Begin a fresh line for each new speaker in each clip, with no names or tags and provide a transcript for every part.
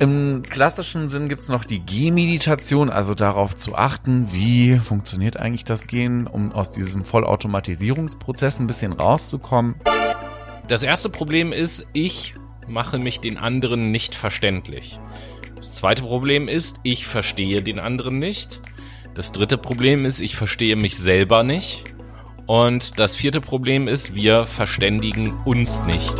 Im klassischen Sinn gibt's noch die Gehmeditation, also darauf zu achten, wie funktioniert eigentlich das Gehen, um aus diesem Vollautomatisierungsprozess ein bisschen rauszukommen.
Das erste Problem ist, ich mache mich den anderen nicht verständlich. Das zweite Problem ist, ich verstehe den anderen nicht. Das dritte Problem ist, ich verstehe mich selber nicht. Und das vierte Problem ist, wir verständigen uns nicht.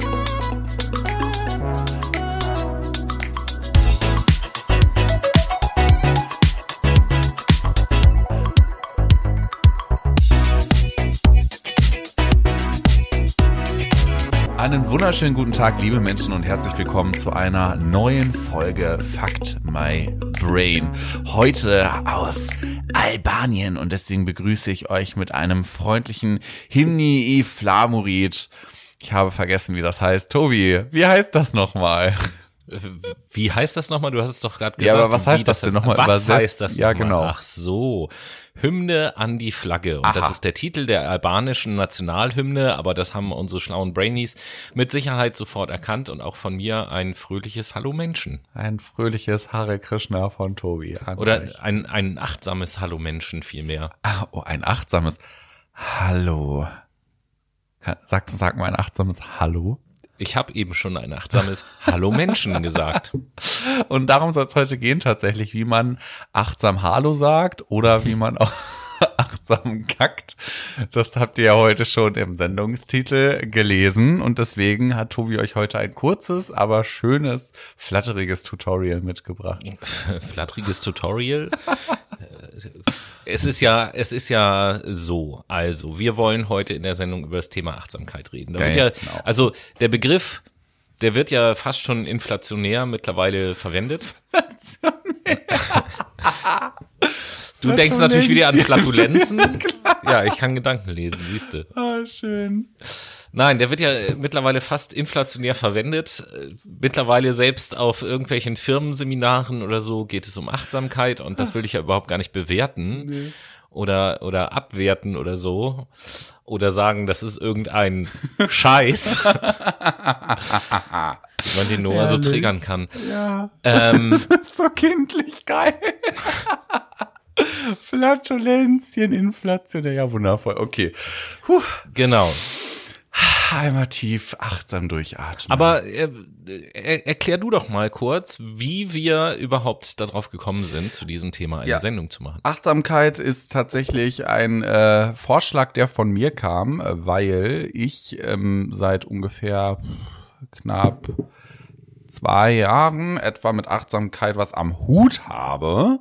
Einen wunderschönen guten Tag, liebe Menschen, und herzlich willkommen zu einer neuen Folge Fucked My Brain. Heute aus Albanien, und deswegen begrüße ich euch mit einem freundlichen Himni i Flamurit. Ich habe vergessen, wie das heißt. Tobi, wie heißt das nochmal?
Wie heißt das nochmal? Du hast es doch gerade gesagt.
Ja, aber was heißt das denn nochmal übersetzt?
Was heißt das nochmal?
Ja, genau.
Ach so, Hymne an die Flagge. Und das ist der Titel der albanischen Nationalhymne, aber das haben unsere schlauen Brainies mit Sicherheit sofort erkannt und auch von mir ein fröhliches Hallo Menschen.
Ein fröhliches Hare Krishna von Tobi.
Oder ein achtsames Hallo Menschen vielmehr.
Oh, ein achtsames Hallo. Sag mal ein achtsames Hallo.
Ich habe eben schon ein achtsames Hallo Menschen gesagt.
Und darum soll es heute gehen tatsächlich, wie man achtsam Hallo sagt oder wie man auch achtsam kackt. Das habt ihr ja heute schon im Sendungstitel gelesen, und deswegen hat Tobi euch heute ein kurzes, aber schönes, flatteriges Tutorial mitgebracht.
Flatteriges Tutorial? Es ist ja so, also wir wollen heute in der Sendung über das Thema Achtsamkeit reden. Genau. Also der Begriff, der wird ja fast schon inflationär mittlerweile verwendet. Du denkst natürlich wieder an Flatulenzen. Ja, ich kann Gedanken lesen, siehst du.
Ah, schön.
Nein, der wird ja mittlerweile fast inflationär verwendet. Mittlerweile selbst auf irgendwelchen Firmenseminaren oder so geht es um Achtsamkeit, und das will ich ja überhaupt gar nicht bewerten. Nee. Oder abwerten oder so. Oder sagen, das ist irgendein Scheiß. Wie man den Noah so triggern kann.
Ja. Das ist so kindlich geil. Flatulenzien, inflationär, ja wundervoll, okay.
Genau.
Einmal tief, achtsam durchatmen.
Aber erklär du doch mal kurz, wie wir überhaupt darauf gekommen sind, zu diesem Thema eine Sendung zu machen.
Achtsamkeit ist tatsächlich ein Vorschlag, der von mir kam, weil ich seit ungefähr knapp 2 Jahren etwa mit Achtsamkeit was am Hut habe.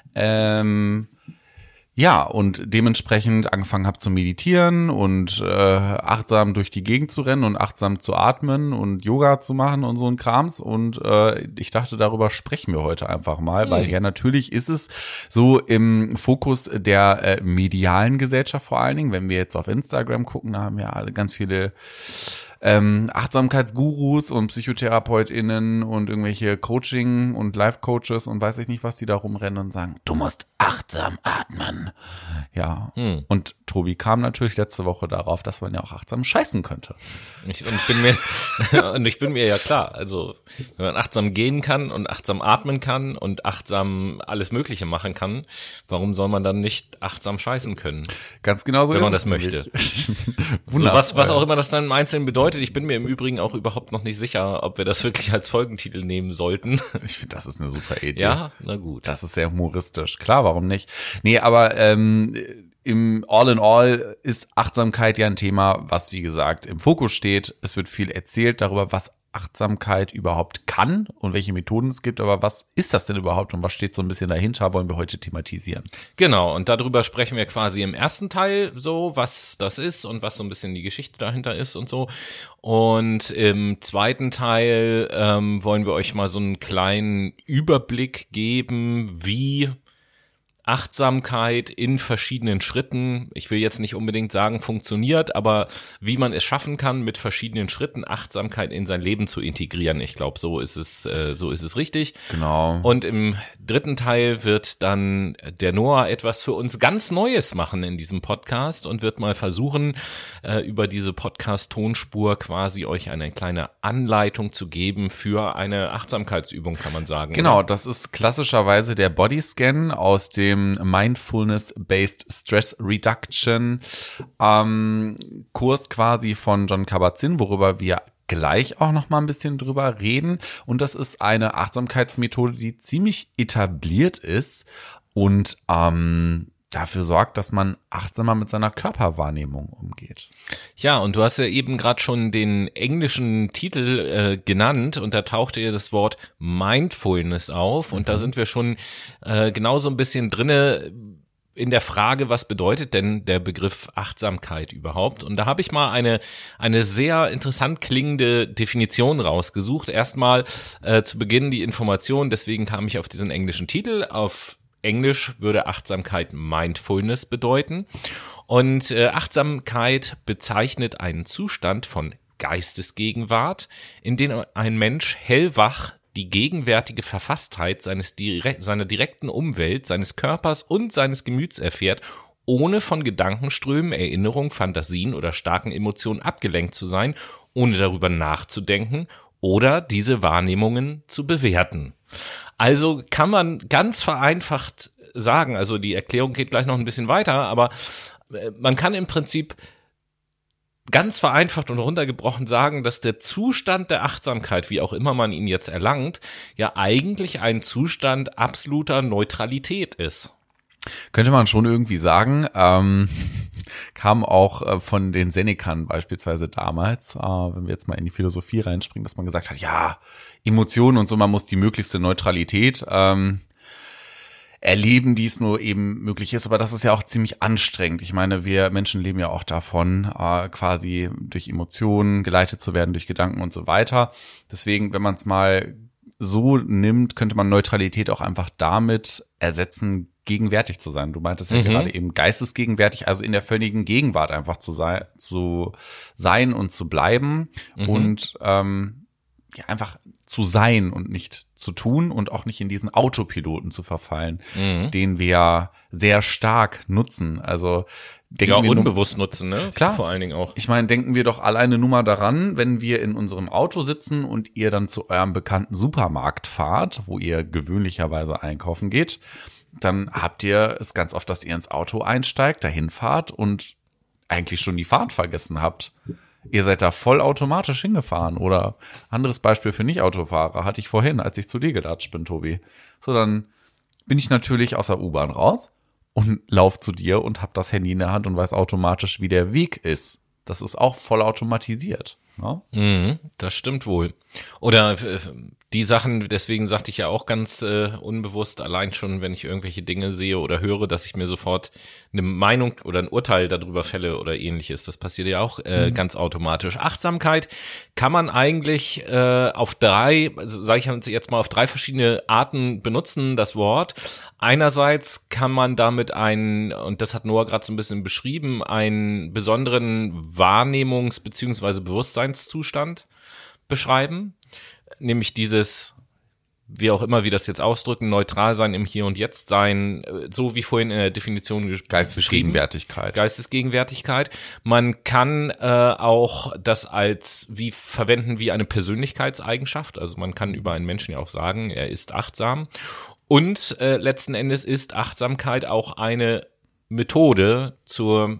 Ja, und dementsprechend angefangen habe zu meditieren und achtsam durch die Gegend zu rennen und achtsam zu atmen und Yoga zu machen und so ein Krams. Und ich dachte, darüber sprechen wir heute einfach mal, weil ja natürlich ist es so im Fokus der medialen Gesellschaft vor allen Dingen. Wenn wir jetzt auf Instagram gucken, da haben ja alle ganz viele Achtsamkeitsgurus und PsychotherapeutInnen und irgendwelche Coaching- und Life-Coaches und weiß ich nicht, was die da rumrennen und sagen, du musst achtsam atmen. Ja, und Tobi kam natürlich letzte Woche darauf, dass man ja auch achtsam scheißen könnte.
Ich bin mir ja klar, also wenn man achtsam gehen kann und achtsam atmen kann und achtsam alles Mögliche machen kann, warum soll man dann nicht achtsam scheißen können?
Ganz genau so
wenn
ist
man
es
das möchte.
So,
was auch immer das dann im Einzelnen bedeutet. Ich bin mir im Übrigen auch überhaupt noch nicht sicher, ob wir das wirklich als Folgentitel nehmen sollten.
Ich finde, das ist eine super Idee.
Ja, na gut.
Das ist sehr humoristisch. Klar, warum nicht? Nee, aber im All in All ist Achtsamkeit ja ein Thema, was, wie gesagt, im Fokus steht. Es wird viel erzählt darüber, was Achtsamkeit überhaupt kann und welche Methoden es gibt, aber was ist das denn überhaupt und was steht so ein bisschen dahinter, wollen wir heute thematisieren.
Genau, und darüber sprechen wir quasi im ersten Teil so, was das ist und was so ein bisschen die Geschichte dahinter ist und so. Und im zweiten Teil wollen wir euch mal so einen kleinen Überblick geben, wie Achtsamkeit in verschiedenen Schritten, ich will jetzt nicht unbedingt sagen, funktioniert, aber wie man es schaffen kann, mit verschiedenen Schritten Achtsamkeit in sein Leben zu integrieren. Ich glaube, so ist es richtig.
Genau.
Und im dritten Teil wird dann der Noah etwas für uns ganz Neues machen in diesem Podcast und wird mal versuchen, über diese Podcast-Tonspur quasi euch eine kleine Anleitung zu geben für eine Achtsamkeitsübung, kann man sagen.
Genau,
oder?
das ist klassischerweise der Bodyscan aus dem Mindfulness-Based Stress Reduction Kurs quasi von Jon Kabat-Zinn, worüber wir gleich auch noch mal ein bisschen drüber reden. Und das ist eine Achtsamkeitsmethode, die ziemlich etabliert ist und dafür sorgt, dass man achtsamer mit seiner Körperwahrnehmung umgeht.
Ja, und du hast ja eben gerade schon den englischen Titel genannt und da tauchte ja das Wort Mindfulness auf und da sind wir schon genauso ein bisschen drinne in der Frage, was bedeutet denn der Begriff Achtsamkeit überhaupt? Und da habe ich mal eine sehr interessant klingende Definition rausgesucht. Erstmal zu Beginn die Information, deswegen kam ich auf diesen englischen Titel. Auf Englisch würde Achtsamkeit Mindfulness bedeuten. Und Achtsamkeit bezeichnet einen Zustand von Geistesgegenwart, in dem ein Mensch hellwach die gegenwärtige Verfasstheit seiner direkten Umwelt, seines Körpers und seines Gemüts erfährt, ohne von Gedankenströmen, Erinnerungen, Fantasien oder starken Emotionen abgelenkt zu sein, ohne darüber nachzudenken oder diese Wahrnehmungen zu bewerten. Also kann man ganz vereinfacht sagen, also die Erklärung geht gleich noch ein bisschen weiter, aber man kann im Prinzip ganz vereinfacht und runtergebrochen sagen, dass der Zustand der Achtsamkeit, wie auch immer man ihn jetzt erlangt, ja eigentlich ein Zustand absoluter Neutralität ist.
Könnte man schon irgendwie sagen, kam auch von den Senekern beispielsweise damals, wenn wir jetzt mal in die Philosophie reinspringen, dass man gesagt hat, ja, Emotionen und so, man muss die möglichste Neutralität erleben, die es nur eben möglich ist. Aber das ist ja auch ziemlich anstrengend. Ich meine, wir Menschen leben ja auch davon, quasi durch Emotionen geleitet zu werden, durch Gedanken und so weiter. Deswegen, wenn man es mal so nimmt, könnte man Neutralität auch einfach damit ersetzen, gegenwärtig zu sein. Du meintest ja gerade eben geistesgegenwärtig, also in der völligen Gegenwart einfach zu sein und zu bleiben und ja, einfach zu sein und nicht zu tun und auch nicht in diesen Autopiloten zu verfallen, den wir sehr stark nutzen. Also denken wir
unbewusst nutzen, ne?
Klar.
Vor allen Dingen auch.
Ich meine, denken wir doch alleine nur mal daran, wenn wir in unserem Auto sitzen und ihr dann zu eurem bekannten Supermarkt fahrt, wo ihr gewöhnlicherweise einkaufen geht, dann habt ihr es ganz oft, dass ihr ins Auto einsteigt, dahin fahrt und eigentlich schon die Fahrt vergessen habt. Ihr seid da vollautomatisch hingefahren. Oder anderes Beispiel für Nicht-Autofahrer hatte ich vorhin, als ich zu dir gelatscht bin, Tobi. So, dann bin ich natürlich aus der U-Bahn raus und lauf zu dir und hab das Handy in der Hand und weiß automatisch, wie der Weg ist. Das ist auch vollautomatisiert. Ne?
Das stimmt wohl. Oder die Sachen, deswegen sagte ich ja auch ganz unbewusst, allein schon, wenn ich irgendwelche Dinge sehe oder höre, dass ich mir sofort eine Meinung oder ein Urteil darüber fälle oder ähnliches. Das passiert ja auch ganz automatisch. Achtsamkeit kann man eigentlich auf drei verschiedene Arten benutzen, das Wort. Einerseits kann man damit und das hat Noah gerade so ein bisschen beschrieben, einen besonderen Wahrnehmungs- bzw. Bewusstseinszustand beschreiben. Nämlich dieses, wie auch immer wir das jetzt ausdrücken, neutral sein im Hier und Jetzt sein, so wie vorhin in der Definition
Geistesgegenwärtigkeit.
Geistesgegenwärtigkeit. Man kann auch das verwenden wie eine Persönlichkeitseigenschaft. Also man kann über einen Menschen ja auch sagen, er ist achtsam. Und letzten Endes ist Achtsamkeit auch eine Methode zur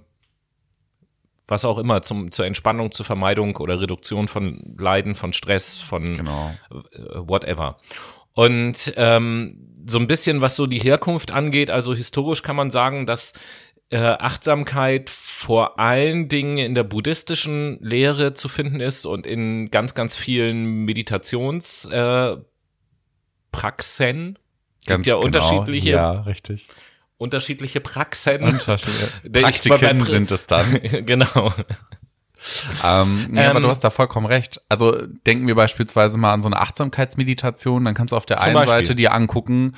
was auch immer, zur Entspannung, zur Vermeidung oder Reduktion von Leiden, von Stress, von whatever. Und so ein bisschen, was so die Herkunft angeht, also historisch kann man sagen, dass Achtsamkeit vor allen Dingen in der buddhistischen Lehre zu finden ist und in ganz, ganz vielen Meditationspraxen.
Ganz
ja unterschiedliche.
Ja, richtig.
Unterschiedliche Praxen.
Praktiken sind es dann.
Genau.
Aber du hast da vollkommen recht. Also denken wir beispielsweise mal an so eine Achtsamkeitsmeditation, dann kannst du auf der einen Seite dir angucken,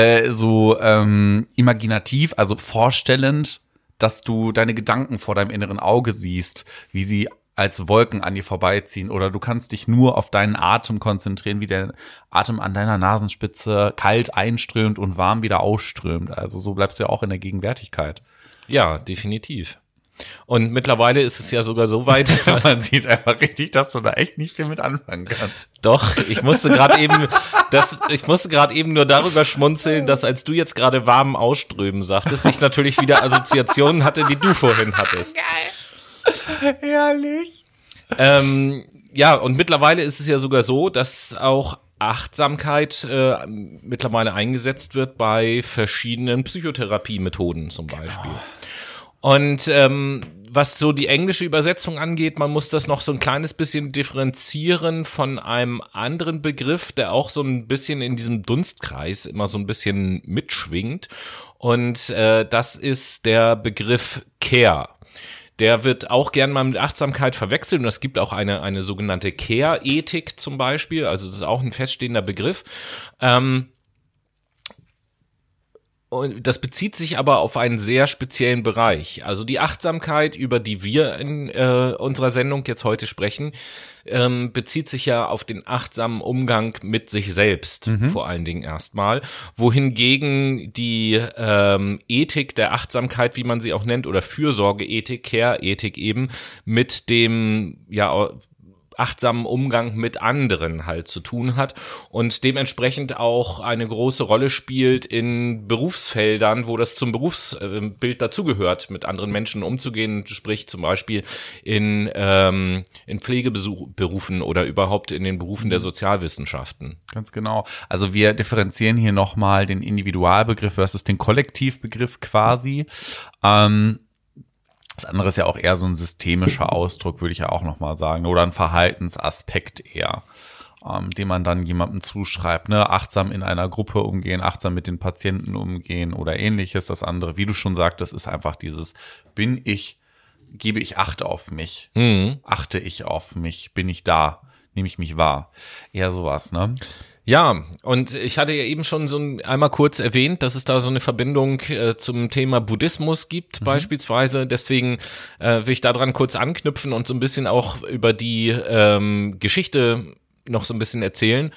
imaginativ, also vorstellend, dass du deine Gedanken vor deinem inneren Auge siehst, wie sie als Wolken an dir vorbeiziehen, oder du kannst dich nur auf deinen Atem konzentrieren, wie der Atem an deiner Nasenspitze kalt einströmt und warm wieder ausströmt. Also so bleibst du ja auch in der Gegenwärtigkeit.
Ja, definitiv. Und mittlerweile ist es ja sogar so weit,
man sieht einfach richtig, dass du da echt nicht viel mit anfangen kannst.
Doch, ich musste gerade eben nur darüber schmunzeln, dass als du jetzt gerade warm ausströmen sagtest, ich natürlich wieder Assoziationen hatte, die du vorhin hattest.
Geil. Herrlich.
Ja, und mittlerweile ist es ja sogar so, dass auch Achtsamkeit mittlerweile eingesetzt wird bei verschiedenen Psychotherapiemethoden zum Beispiel. Und was so die englische Übersetzung angeht, man muss das noch so ein kleines bisschen differenzieren von einem anderen Begriff, der auch so ein bisschen in diesem Dunstkreis immer so ein bisschen mitschwingt. Und das ist der Begriff Care. Der wird auch gern mal mit Achtsamkeit verwechselt und es gibt auch eine sogenannte Care-Ethik zum Beispiel, also das ist auch ein feststehender Begriff. Und das bezieht sich aber auf einen sehr speziellen Bereich. Also die Achtsamkeit, über die wir in unserer Sendung jetzt heute sprechen, bezieht sich ja auf den achtsamen Umgang mit sich selbst, vor allen Dingen erstmal. Wohingegen die Ethik der Achtsamkeit, wie man sie auch nennt, oder Fürsorgeethik, Care-Ethik eben, mit dem achtsamen Umgang mit anderen halt zu tun hat und dementsprechend auch eine große Rolle spielt in Berufsfeldern, wo das zum Berufsbild dazugehört, mit anderen Menschen umzugehen, sprich zum Beispiel in Pflegeberufen oder überhaupt in den Berufen der Sozialwissenschaften.
Ganz genau. Also wir differenzieren hier nochmal den Individualbegriff versus den Kollektivbegriff quasi. Das andere ist ja auch eher so ein systemischer Ausdruck, würde ich ja auch nochmal sagen, oder ein Verhaltensaspekt eher, den man dann jemandem zuschreibt, ne, achtsam in einer Gruppe umgehen, achtsam mit den Patienten umgehen oder ähnliches. Das andere, wie du schon sagtest, ist einfach dieses, gebe ich Acht auf mich, achte ich auf mich, bin ich da, nehme ich mich wahr, eher sowas, ne?
Ja, und ich hatte ja eben schon einmal kurz erwähnt, dass es da so eine Verbindung zum Thema Buddhismus gibt beispielsweise. Deswegen will ich daran kurz anknüpfen und so ein bisschen auch über die Geschichte noch so ein bisschen erzählen.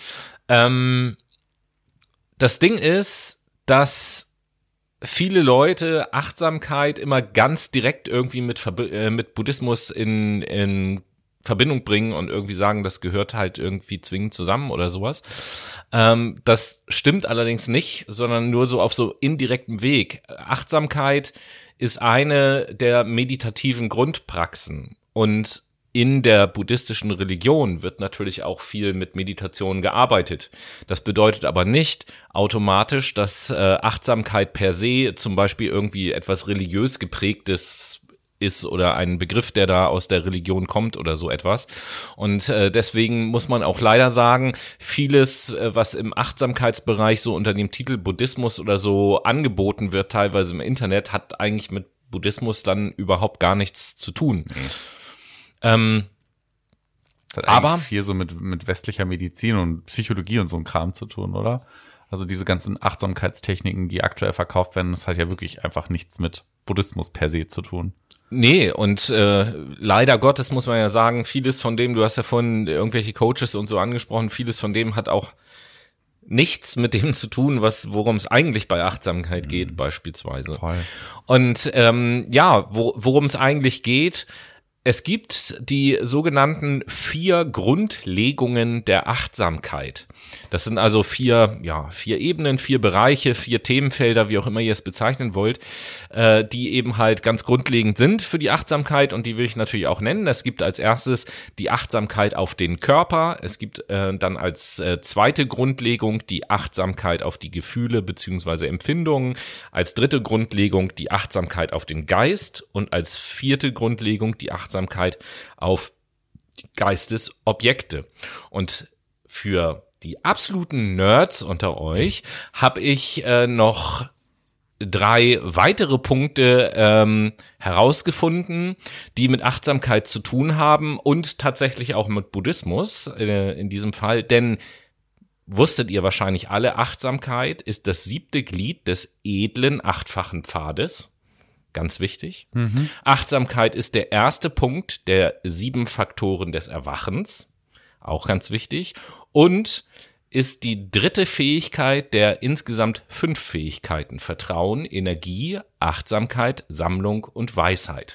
Das Ding ist, dass viele Leute Achtsamkeit immer ganz direkt irgendwie mit Buddhismus in Verbindung bringen und irgendwie sagen, das gehört halt irgendwie zwingend zusammen oder sowas. Das stimmt allerdings nicht, sondern nur so auf so indirektem Weg. Achtsamkeit ist eine der meditativen Grundpraxen und in der buddhistischen Religion wird natürlich auch viel mit Meditation gearbeitet. Das bedeutet aber nicht automatisch, dass Achtsamkeit per se zum Beispiel irgendwie etwas religiös geprägtes ist oder ein Begriff, der da aus der Religion kommt oder so etwas. Und deswegen muss man auch leider sagen, vieles, was im Achtsamkeitsbereich so unter dem Titel Buddhismus oder so angeboten wird, teilweise im Internet, hat eigentlich mit Buddhismus dann überhaupt gar nichts zu tun.
Das hat aber viel so mit westlicher Medizin und Psychologie und so ein Kram zu tun, oder? Also diese ganzen Achtsamkeitstechniken, die aktuell verkauft werden, das hat ja wirklich einfach nichts mit Buddhismus per se zu tun.
Nee, und leider Gottes muss man ja sagen, vieles von dem, du hast ja vorhin irgendwelche Coaches und so angesprochen, vieles von dem hat auch nichts mit dem zu tun, worum es eigentlich bei Achtsamkeit geht, beispielsweise.
Voll.
Und worum es eigentlich geht, es gibt die sogenannten 4 Grundlegungen der Achtsamkeit. Das sind also 4 Ebenen, 4 Bereiche, 4 Themenfelder, wie auch immer ihr es bezeichnen wollt, die eben halt ganz grundlegend sind für die Achtsamkeit und die will ich natürlich auch nennen. Es gibt als erstes die Achtsamkeit auf den Körper. Es gibt dann als zweite Grundlegung die Achtsamkeit auf die Gefühle bzw. Empfindungen. Als dritte Grundlegung die Achtsamkeit auf den Geist und als vierte Grundlegung die Achtsamkeit auf Geistesobjekte. Und für die absoluten Nerds unter euch habe ich noch 3 weitere Punkte herausgefunden, die mit Achtsamkeit zu tun haben und tatsächlich auch mit Buddhismus in diesem Fall. Denn wusstet ihr wahrscheinlich alle, Achtsamkeit ist das 7. Glied des edlen 8-fachen Pfades. Ganz wichtig. Achtsamkeit ist der erste Punkt der 7 Faktoren des Erwachens. Auch ganz wichtig. Und ist die 3. Fähigkeit der insgesamt 5 Fähigkeiten: Vertrauen, Energie, Achtsamkeit, Sammlung und Weisheit.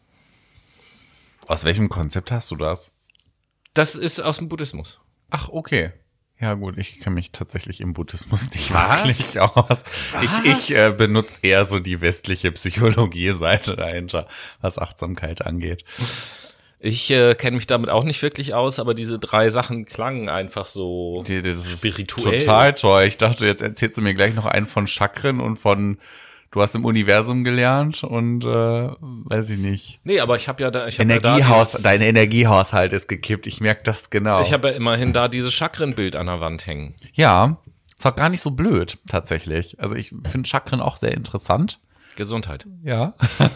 Aus welchem Konzept hast du das?
Das ist aus dem Buddhismus.
Ach, okay. Ja gut, ich kenne mich tatsächlich im Buddhismus nicht wirklich aus. Ich benutze eher so die westliche Psychologie-Seite dahinter, was Achtsamkeit angeht.
Ich kenne mich damit auch nicht wirklich aus, aber diese 3 Sachen klangen einfach so
Das ist
spirituell.
Total toll. Ich dachte, jetzt erzählst du mir gleich noch einen von Chakren und von, du hast im Universum gelernt und weiß ich nicht.
Nee, aber ich habe ja da...
Dein Energiehaushalt ist gekippt, ich merke das genau.
Ich habe ja immerhin da dieses Chakrenbild an der Wand hängen.
Ja, ist auch gar nicht so blöd, tatsächlich. Also ich finde Chakren auch sehr interessant.
Gesundheit.
Ja.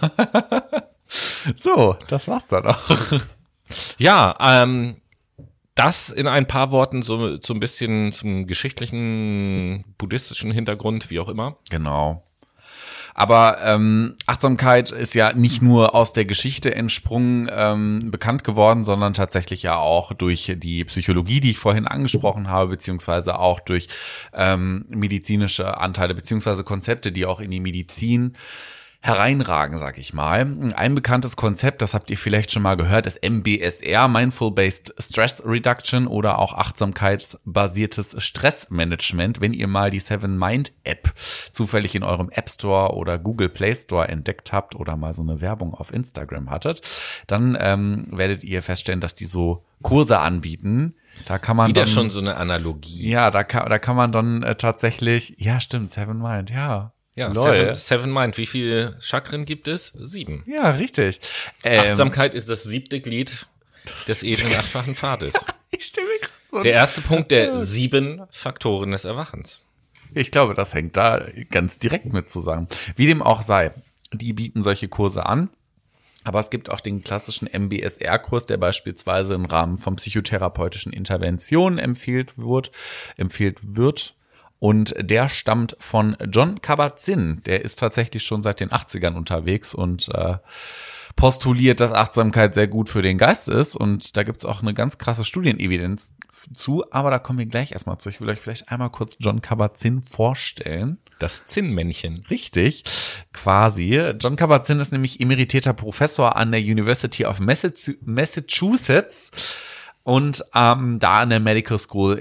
So, das war's dann auch.
Ja, das in ein paar Worten so ein bisschen zum geschichtlichen, buddhistischen Hintergrund, wie auch immer.
Genau. Aber Achtsamkeit ist ja nicht nur aus der Geschichte entsprungen, bekannt geworden, sondern tatsächlich ja auch durch die Psychologie, die ich vorhin angesprochen habe, beziehungsweise auch durch medizinische Anteile, beziehungsweise Konzepte, die auch in die Medizin hereinragen, sag ich mal. Ein bekanntes Konzept, das habt ihr vielleicht schon mal gehört, ist MBSR, Mindful-Based Stress Reduction, oder auch achtsamkeitsbasiertes Stressmanagement. Wenn ihr mal die 7Mind-App zufällig in eurem App Store oder Google Play Store entdeckt habt oder mal so eine Werbung auf Instagram hattet, dann werdet ihr feststellen, dass die so Kurse anbieten. Da kann man
wieder
dann,
schon so eine Analogie.
Ja, da kann man dann tatsächlich, ja stimmt, 7Mind, ja.
Ja,
Lol.
7 Mind. Wie viele Chakren gibt es? 7.
Ja, richtig.
Achtsamkeit ist das 7. Glied des edlen 8-fachen Pfades.
Ich stelle mir gerade so.
Der erste Punkt der 7 Faktoren des Erwachens.
Ich glaube, das hängt da ganz direkt mit zusammen. Wie dem auch sei, die bieten solche Kurse an. Aber es gibt auch den klassischen MBSR-Kurs, der beispielsweise im Rahmen von psychotherapeutischen Interventionen empfiehlt wird. Und der stammt von Jon Kabat-Zinn. Der ist tatsächlich schon seit den 80ern unterwegs und postuliert, dass Achtsamkeit sehr gut für den Geist ist. Und da gibt's auch eine ganz krasse Studienevidenz zu. Aber da kommen wir gleich erstmal zu. Ich will euch vielleicht einmal kurz Jon Kabat-Zinn vorstellen.
Das Zinnmännchen.
Richtig, quasi. Jon Kabat-Zinn ist nämlich emeritierter Professor an der University of Massachusetts. Und da an der Medical School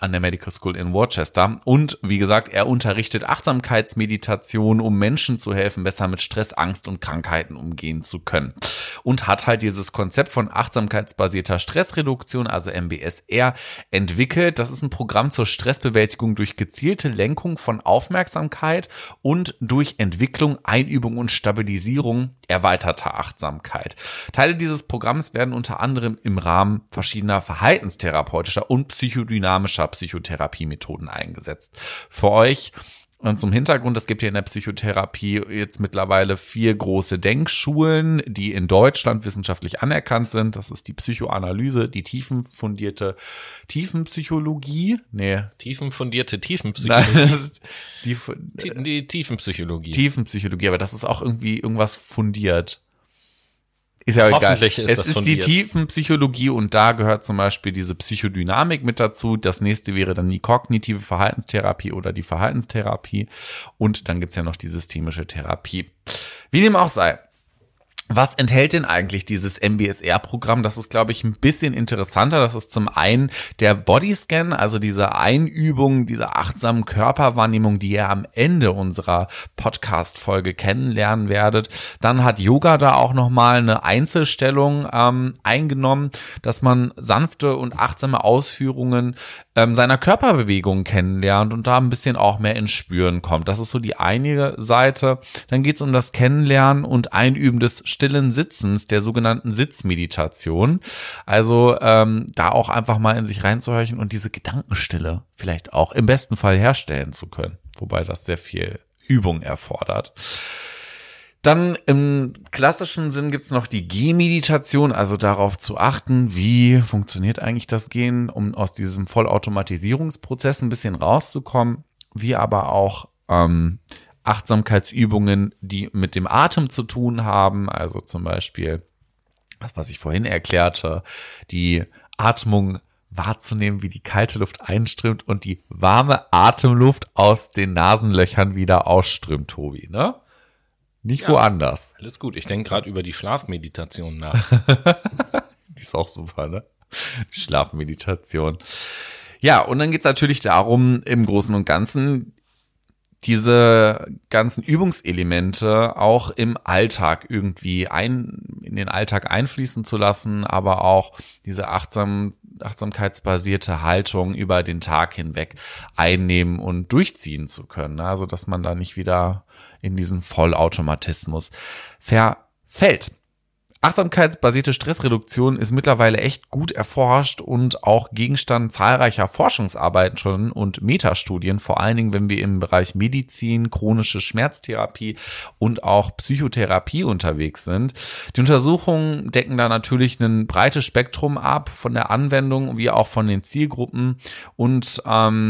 in Worcester. Und wie gesagt, er unterrichtet Achtsamkeitsmeditation, um Menschen zu helfen, besser mit Stress, Angst und Krankheiten umgehen zu können. Und hat halt dieses Konzept von achtsamkeitsbasierter Stressreduktion, also MBSR, entwickelt. Das ist ein Programm zur Stressbewältigung durch gezielte Lenkung von Aufmerksamkeit und durch Entwicklung, Einübung und Stabilisierung erweiterter Achtsamkeit. Teile dieses Programms werden unter anderem im Rahmen verschiedener verhaltenstherapeutischer und psychodynamischer Psychotherapiemethoden eingesetzt. Für euch und zum Hintergrund, es gibt hier in der Psychotherapie jetzt mittlerweile 4 große Denkschulen, die in Deutschland wissenschaftlich anerkannt sind. Das ist die Psychoanalyse, die tiefenfundierte Tiefenpsychologie.
Tiefenfundierte Tiefenpsychologie. Die Tiefenpsychologie.
Tiefenpsychologie, aber das ist auch irgendwie irgendwas fundiert. Ist ja egal.
Hoffentlich ist das fundiert.
Es ist die Tiefenpsychologie und da gehört zum Beispiel diese Psychodynamik mit dazu. Das nächste wäre dann die kognitive Verhaltenstherapie oder die Verhaltenstherapie. Und dann gibt's ja noch die systemische Therapie. Wie dem auch sei. Was enthält denn eigentlich dieses MBSR-Programm? Das ist, glaube ich, ein bisschen interessanter. Das ist zum einen der Bodyscan, also diese Einübung, diese achtsamen Körperwahrnehmung, die ihr am Ende unserer Podcast-Folge kennenlernen werdet. Dann hat Yoga da auch nochmal eine Einzelstellung eingenommen, dass man sanfte und achtsame Ausführungen seiner Körperbewegung kennenlernt und da ein bisschen auch mehr ins Spüren kommt. Das ist so die eine Seite. Dann geht es um das Kennenlernen und Einüben des stillen Sitzens, der sogenannten Sitzmeditation. Also da auch einfach mal in sich reinzuhorchen und diese Gedankenstille vielleicht auch im besten Fall herstellen zu können. Wobei das sehr viel Übung erfordert. Dann im klassischen Sinn gibt's noch die Gehmeditation, also darauf zu achten, wie funktioniert eigentlich das Gehen, um aus diesem Vollautomatisierungsprozess ein bisschen rauszukommen, wie aber auch Achtsamkeitsübungen, die mit dem Atem zu tun haben, also zum Beispiel das, was ich vorhin erklärte, die Atmung wahrzunehmen, wie die kalte Luft einströmt und die warme Atemluft aus den Nasenlöchern wieder ausströmt, Tobi, ne? Nicht woanders.
Alles gut. Ich denke gerade über die Schlafmeditation nach.
Die ist auch super, ne? Die Schlafmeditation. Ja, und dann geht's natürlich darum, im Großen und Ganzen diese ganzen Übungselemente auch im Alltag irgendwie in den Alltag einfließen zu lassen, aber auch diese achtsamkeitsbasierte Haltung über den Tag hinweg einnehmen und durchziehen zu können. Also, dass man da nicht wieder in diesen Vollautomatismus verfällt. Achtsamkeitsbasierte Stressreduktion ist mittlerweile echt gut erforscht und auch Gegenstand zahlreicher Forschungsarbeiten schon und Metastudien, vor allen Dingen, wenn wir im Bereich Medizin, chronische Schmerztherapie und auch Psychotherapie unterwegs sind. Die Untersuchungen decken da natürlich ein breites Spektrum ab, von der Anwendung wie auch von den Zielgruppen, und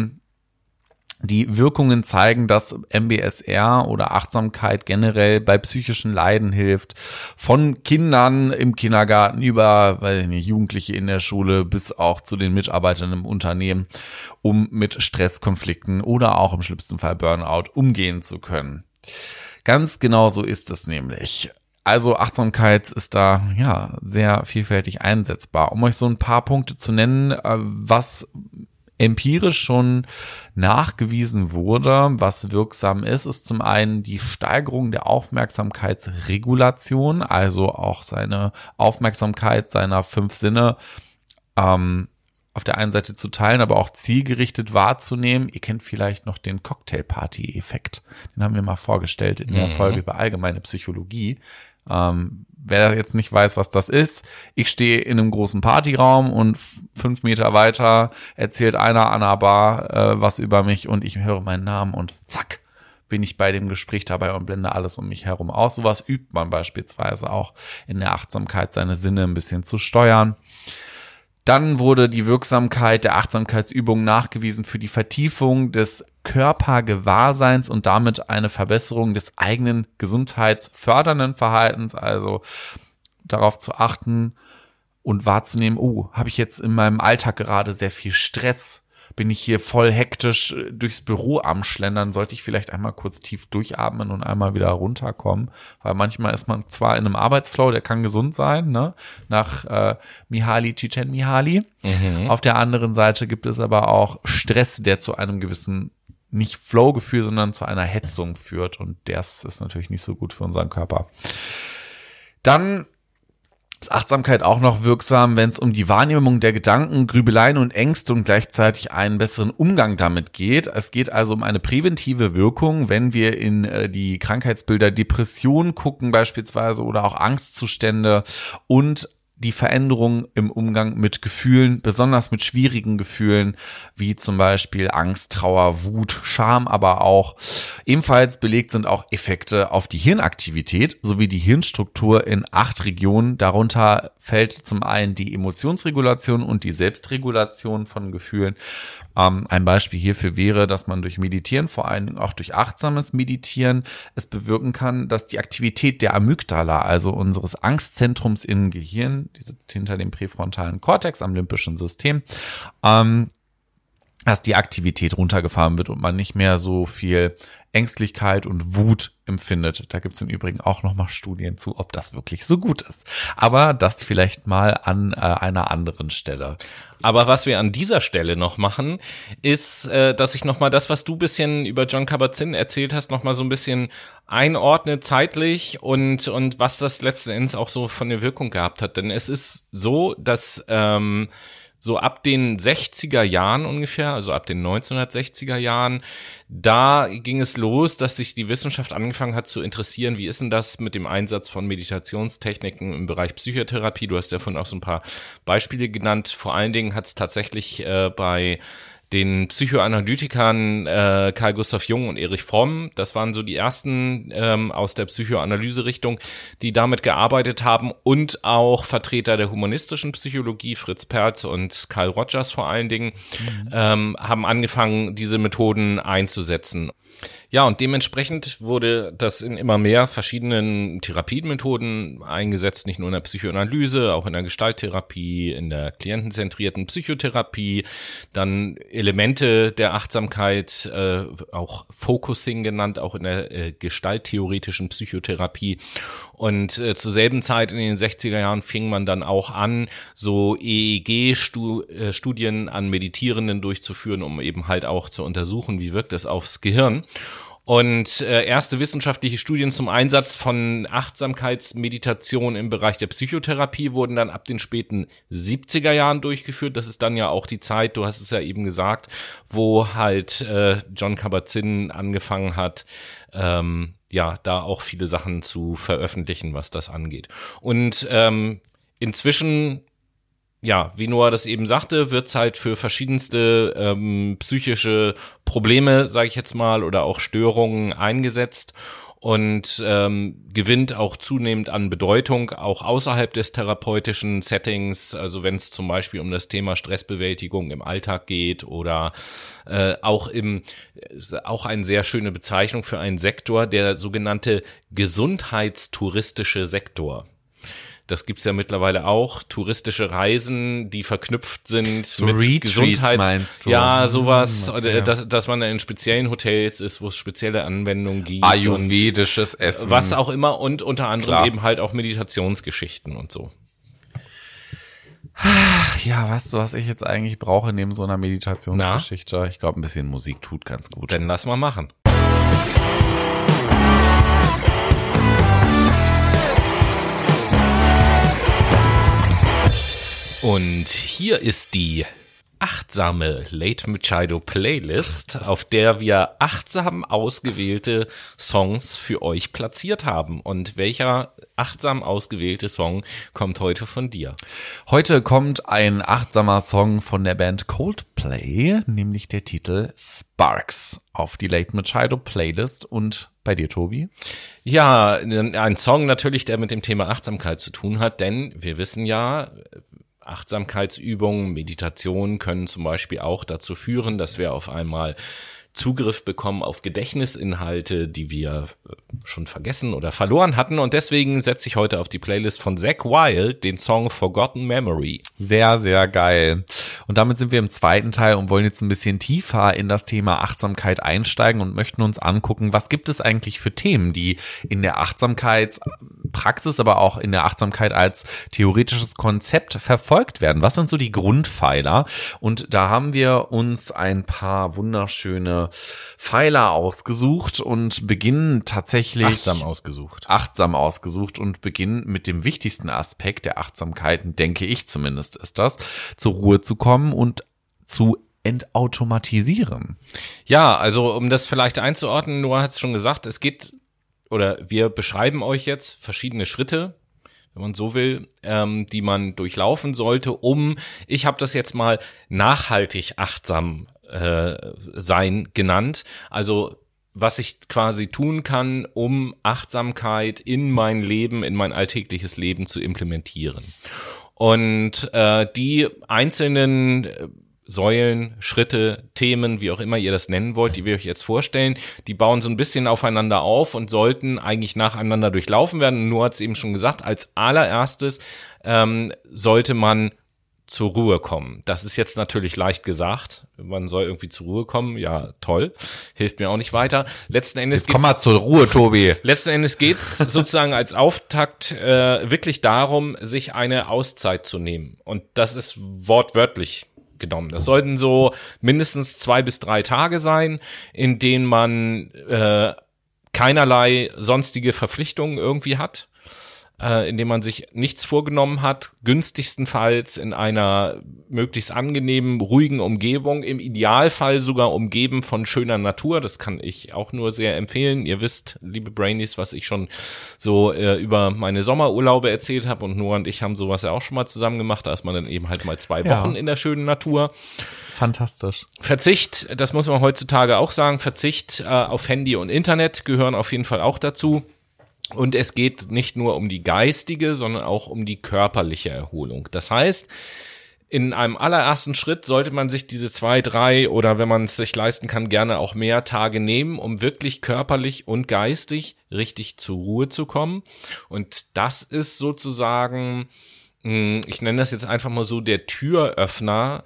die Wirkungen zeigen, dass MBSR oder Achtsamkeit generell bei psychischen Leiden hilft. Von Kindern im Kindergarten über, weiß ich nicht, Jugendliche in der Schule bis auch zu den Mitarbeitern im Unternehmen, um mit Stresskonflikten oder auch im schlimmsten Fall Burnout umgehen zu können. Ganz genau so ist es nämlich. Also Achtsamkeit ist da ja sehr vielfältig einsetzbar. Um euch so ein paar Punkte zu nennen, was empirisch schon nachgewiesen wurde, was wirksam ist, ist zum einen die Steigerung der Aufmerksamkeitsregulation, also auch seine Aufmerksamkeit seiner 5 Sinne auf der einen Seite zu teilen, aber auch zielgerichtet wahrzunehmen. Ihr kennt vielleicht noch den Cocktailparty-Effekt. Den haben wir mal vorgestellt in der Folge über allgemeine Psychologie. Wer jetzt nicht weiß, was das ist, ich stehe in einem großen Partyraum und 5 Meter weiter erzählt einer an einer Bar was über mich und ich höre meinen Namen und zack, bin ich bei dem Gespräch dabei und blende alles um mich herum aus. Sowas übt man beispielsweise auch in der Achtsamkeit, seine Sinne ein bisschen zu steuern. Dann wurde die Wirksamkeit der Achtsamkeitsübung nachgewiesen für die Vertiefung des Körpergewahrseins und damit eine Verbesserung des eigenen gesundheitsfördernden Verhaltens, also darauf zu achten und wahrzunehmen, habe ich jetzt in meinem Alltag gerade sehr viel Stress, bin ich hier voll hektisch durchs Büro am Schlendern, sollte ich vielleicht einmal kurz tief durchatmen und einmal wieder runterkommen, weil manchmal ist man zwar in einem Arbeitsflow, der kann gesund sein, ne, nach Mihaly Csikszentmihalyi. Auf der anderen Seite gibt es aber auch Stress, der zu einem gewissen, nicht Flow-Gefühl, sondern zu einer Hetzung führt, und das ist natürlich nicht so gut für unseren Körper. Dann ist Achtsamkeit auch noch wirksam, wenn es um die Wahrnehmung der Gedanken, Grübeleien und Ängste und gleichzeitig einen besseren Umgang damit geht. Es geht also um eine präventive Wirkung, wenn wir in die Krankheitsbilder Depression gucken beispielsweise oder auch Angstzustände und die Veränderung im Umgang mit Gefühlen, besonders mit schwierigen Gefühlen, wie zum Beispiel Angst, Trauer, Wut, Scham, aber auch ebenfalls belegt sind auch Effekte auf die Hirnaktivität sowie die Hirnstruktur in 8 Regionen. Darunter fällt zum einen die Emotionsregulation und die Selbstregulation von Gefühlen. Ein Beispiel hierfür wäre, dass man durch Meditieren, vor allem auch durch achtsames Meditieren, es bewirken kann, dass die Aktivität der Amygdala, also unseres Angstzentrums im Gehirn, die sitzt hinter dem präfrontalen Kortex am limbischen System, dass die Aktivität runtergefahren wird und man nicht mehr so viel Ängstlichkeit und Wut empfindet. Da gibt es im Übrigen auch nochmal Studien zu, ob das wirklich so gut ist. Aber das vielleicht mal an einer anderen Stelle.
Aber was wir an dieser Stelle noch machen, ist, dass ich nochmal das, was du bisschen über Jon Kabat-Zinn erzählt hast, nochmal so ein bisschen einordne zeitlich und was das letzten Endes auch so von der Wirkung gehabt hat. Denn es ist so, dass so ab den 60er Jahren ungefähr, also ab den 1960er Jahren, da ging es los, dass sich die Wissenschaft angefangen hat zu interessieren, wie ist denn das mit dem Einsatz von Meditationstechniken im Bereich Psychotherapie? Du hast ja vorhin auch so ein paar Beispiele genannt. Vor allen Dingen hat es tatsächlich bei den Psychoanalytikern Carl Gustav Jung und Erich Fromm. Das waren so die ersten aus der Psychoanalyse-Richtung, die damit gearbeitet haben, und auch Vertreter der humanistischen Psychologie, Fritz Perls und Carl Rogers vor allen Dingen, haben angefangen, diese Methoden einzusetzen. Ja, und dementsprechend wurde das in immer mehr verschiedenen Therapiemethoden eingesetzt, nicht nur in der Psychoanalyse, auch in der Gestalttherapie, in der klientenzentrierten Psychotherapie, dann Elemente der Achtsamkeit, auch Focusing genannt, auch in der gestalttheoretischen Psychotherapie. Und zur selben Zeit in den 60er Jahren fing man dann auch an, so EEG-Studien an Meditierenden durchzuführen, um eben halt auch zu untersuchen, wie wirkt das aufs Gehirn. Und erste wissenschaftliche Studien zum Einsatz von Achtsamkeitsmeditation im Bereich der Psychotherapie wurden dann ab den späten 70er Jahren durchgeführt. Das ist dann ja auch die Zeit, du hast es ja eben gesagt, wo halt Jon Kabat-Zinn angefangen hat, da auch viele Sachen zu veröffentlichen, was das angeht. Und inzwischen, ja, wie Noah das eben sagte, wird's halt für verschiedenste psychische Probleme, sage ich jetzt mal, oder auch Störungen eingesetzt und gewinnt auch zunehmend an Bedeutung, auch außerhalb des therapeutischen Settings, also wenn es zum Beispiel um das Thema Stressbewältigung im Alltag geht oder auch eine sehr schöne Bezeichnung für einen Sektor, der sogenannte gesundheitstouristische Sektor. Das gibt's ja mittlerweile auch, touristische Reisen, die verknüpft sind
so
mit
Retreats, meinst du?
Ja, sowas,
Okay.
dass man in speziellen Hotels ist, wo es spezielle Anwendungen gibt.
Ayurvedisches
und
Essen.
was auch immer, und unter anderem
Klar.
eben halt auch Meditationsgeschichten und so.
Ja, weißt du, was ich jetzt eigentlich brauche neben so einer Meditationsgeschichte? Ich glaube, ein bisschen Musik tut ganz gut.
Dann lass mal machen. Und hier ist die achtsame Late Machado Playlist, auf der wir achtsam ausgewählte Songs für euch platziert haben. Und welcher achtsam ausgewählte Song kommt heute von dir?
Heute kommt ein achtsamer Song von der Band Coldplay, nämlich der Titel Sparks, auf die Late Machado Playlist. Und bei dir, Tobi?
Ja, ein Song natürlich, der mit dem Thema Achtsamkeit zu tun hat, denn wir wissen ja, Achtsamkeitsübungen, Meditation können zum Beispiel auch dazu führen, dass wir auf einmal Zugriff bekommen auf Gedächtnisinhalte, die wir schon vergessen oder verloren hatten. Und deswegen setze ich heute auf die Playlist von Zakk Wylde den Song Forgotten Memory.
Sehr, sehr geil. Und damit sind wir im zweiten Teil und wollen jetzt ein bisschen tiefer in das Thema Achtsamkeit einsteigen und möchten uns angucken, was gibt es eigentlich für Themen, die in der Achtsamkeitspraxis, aber auch in der Achtsamkeit als theoretisches Konzept verfolgt werden. Was sind so die Grundpfeiler? Und da haben wir uns ein paar wunderschöne Pfeiler ausgesucht und beginnen tatsächlich
Achtsam ausgesucht
und beginnen mit dem wichtigsten Aspekt der Achtsamkeit, denke ich zumindest ist das, zur Ruhe zu kommen und zu entautomatisieren.
Ja, also um das vielleicht einzuordnen, Noah hat es schon gesagt, wir beschreiben euch jetzt verschiedene Schritte, wenn man so will, die man durchlaufen sollte, ich habe das jetzt mal nachhaltig achtsam sein genannt, also was ich quasi tun kann, um Achtsamkeit in mein Leben, in mein alltägliches Leben zu implementieren. Und die einzelnen Säulen, Schritte, Themen, wie auch immer ihr das nennen wollt, die wir euch jetzt vorstellen, die bauen so ein bisschen aufeinander auf und sollten eigentlich nacheinander durchlaufen werden. Nur hat es eben schon gesagt, als allererstes sollte man zur Ruhe kommen. Das ist jetzt natürlich leicht gesagt. Man soll irgendwie zur Ruhe kommen. Ja, toll. Hilft mir auch nicht weiter. Letzten Endes
komm mal zur Ruhe, Tobi.
Letzten Endes geht's sozusagen als Auftakt wirklich darum, sich eine Auszeit zu nehmen. Und das ist wortwörtlich genommen. Das sollten so mindestens 2 bis 3 Tage sein, in denen man keinerlei sonstige Verpflichtungen irgendwie hat. indem man sich nichts vorgenommen hat, günstigstenfalls in einer möglichst angenehmen, ruhigen Umgebung, im Idealfall sogar umgeben von schöner Natur. Das kann ich auch nur sehr empfehlen. Ihr wisst, liebe Brainies, was ich schon so über meine Sommerurlaube erzählt habe, und Noah und ich haben sowas ja auch schon mal zusammen gemacht. Da ist man dann eben halt mal 2 Wochen in der schönen Natur.
Fantastisch.
Verzicht, das muss man heutzutage auch sagen, Verzicht auf Handy und Internet gehören auf jeden Fall auch dazu. Und es geht nicht nur um die geistige, sondern auch um die körperliche Erholung. Das heißt, in einem allerersten Schritt sollte man sich diese 2, 3 oder wenn man es sich leisten kann, gerne auch mehr Tage nehmen, um wirklich körperlich und geistig richtig zur Ruhe zu kommen. Und das ist sozusagen, ich nenne das jetzt einfach mal so, der Türöffner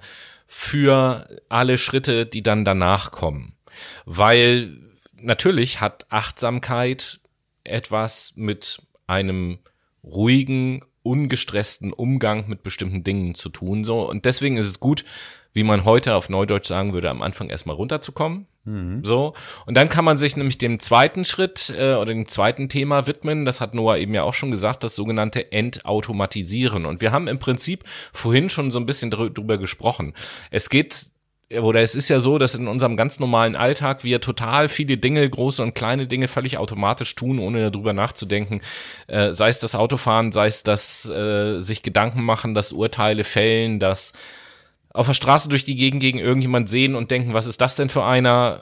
für alle Schritte, die dann danach kommen. Weil natürlich hat Achtsamkeit etwas mit einem ruhigen, ungestressten Umgang mit bestimmten Dingen zu tun, so. Und deswegen ist es gut, wie man heute auf Neudeutsch sagen würde, am Anfang erstmal runterzukommen, so. Und dann kann man sich nämlich dem zweiten Schritt oder dem zweiten Thema widmen. Das hat Noah eben ja auch schon gesagt, das sogenannte Entautomatisieren. Und wir haben im Prinzip vorhin schon so ein bisschen drüber gesprochen. Es ist ja so, dass in unserem ganz normalen Alltag wir total viele Dinge, große und kleine Dinge, völlig automatisch tun, ohne darüber nachzudenken. Sei es das Autofahren, sei es das sich Gedanken machen, das Urteile fällen, das auf der Straße durch die Gegend gegen irgendjemand sehen und denken, was ist das denn für einer?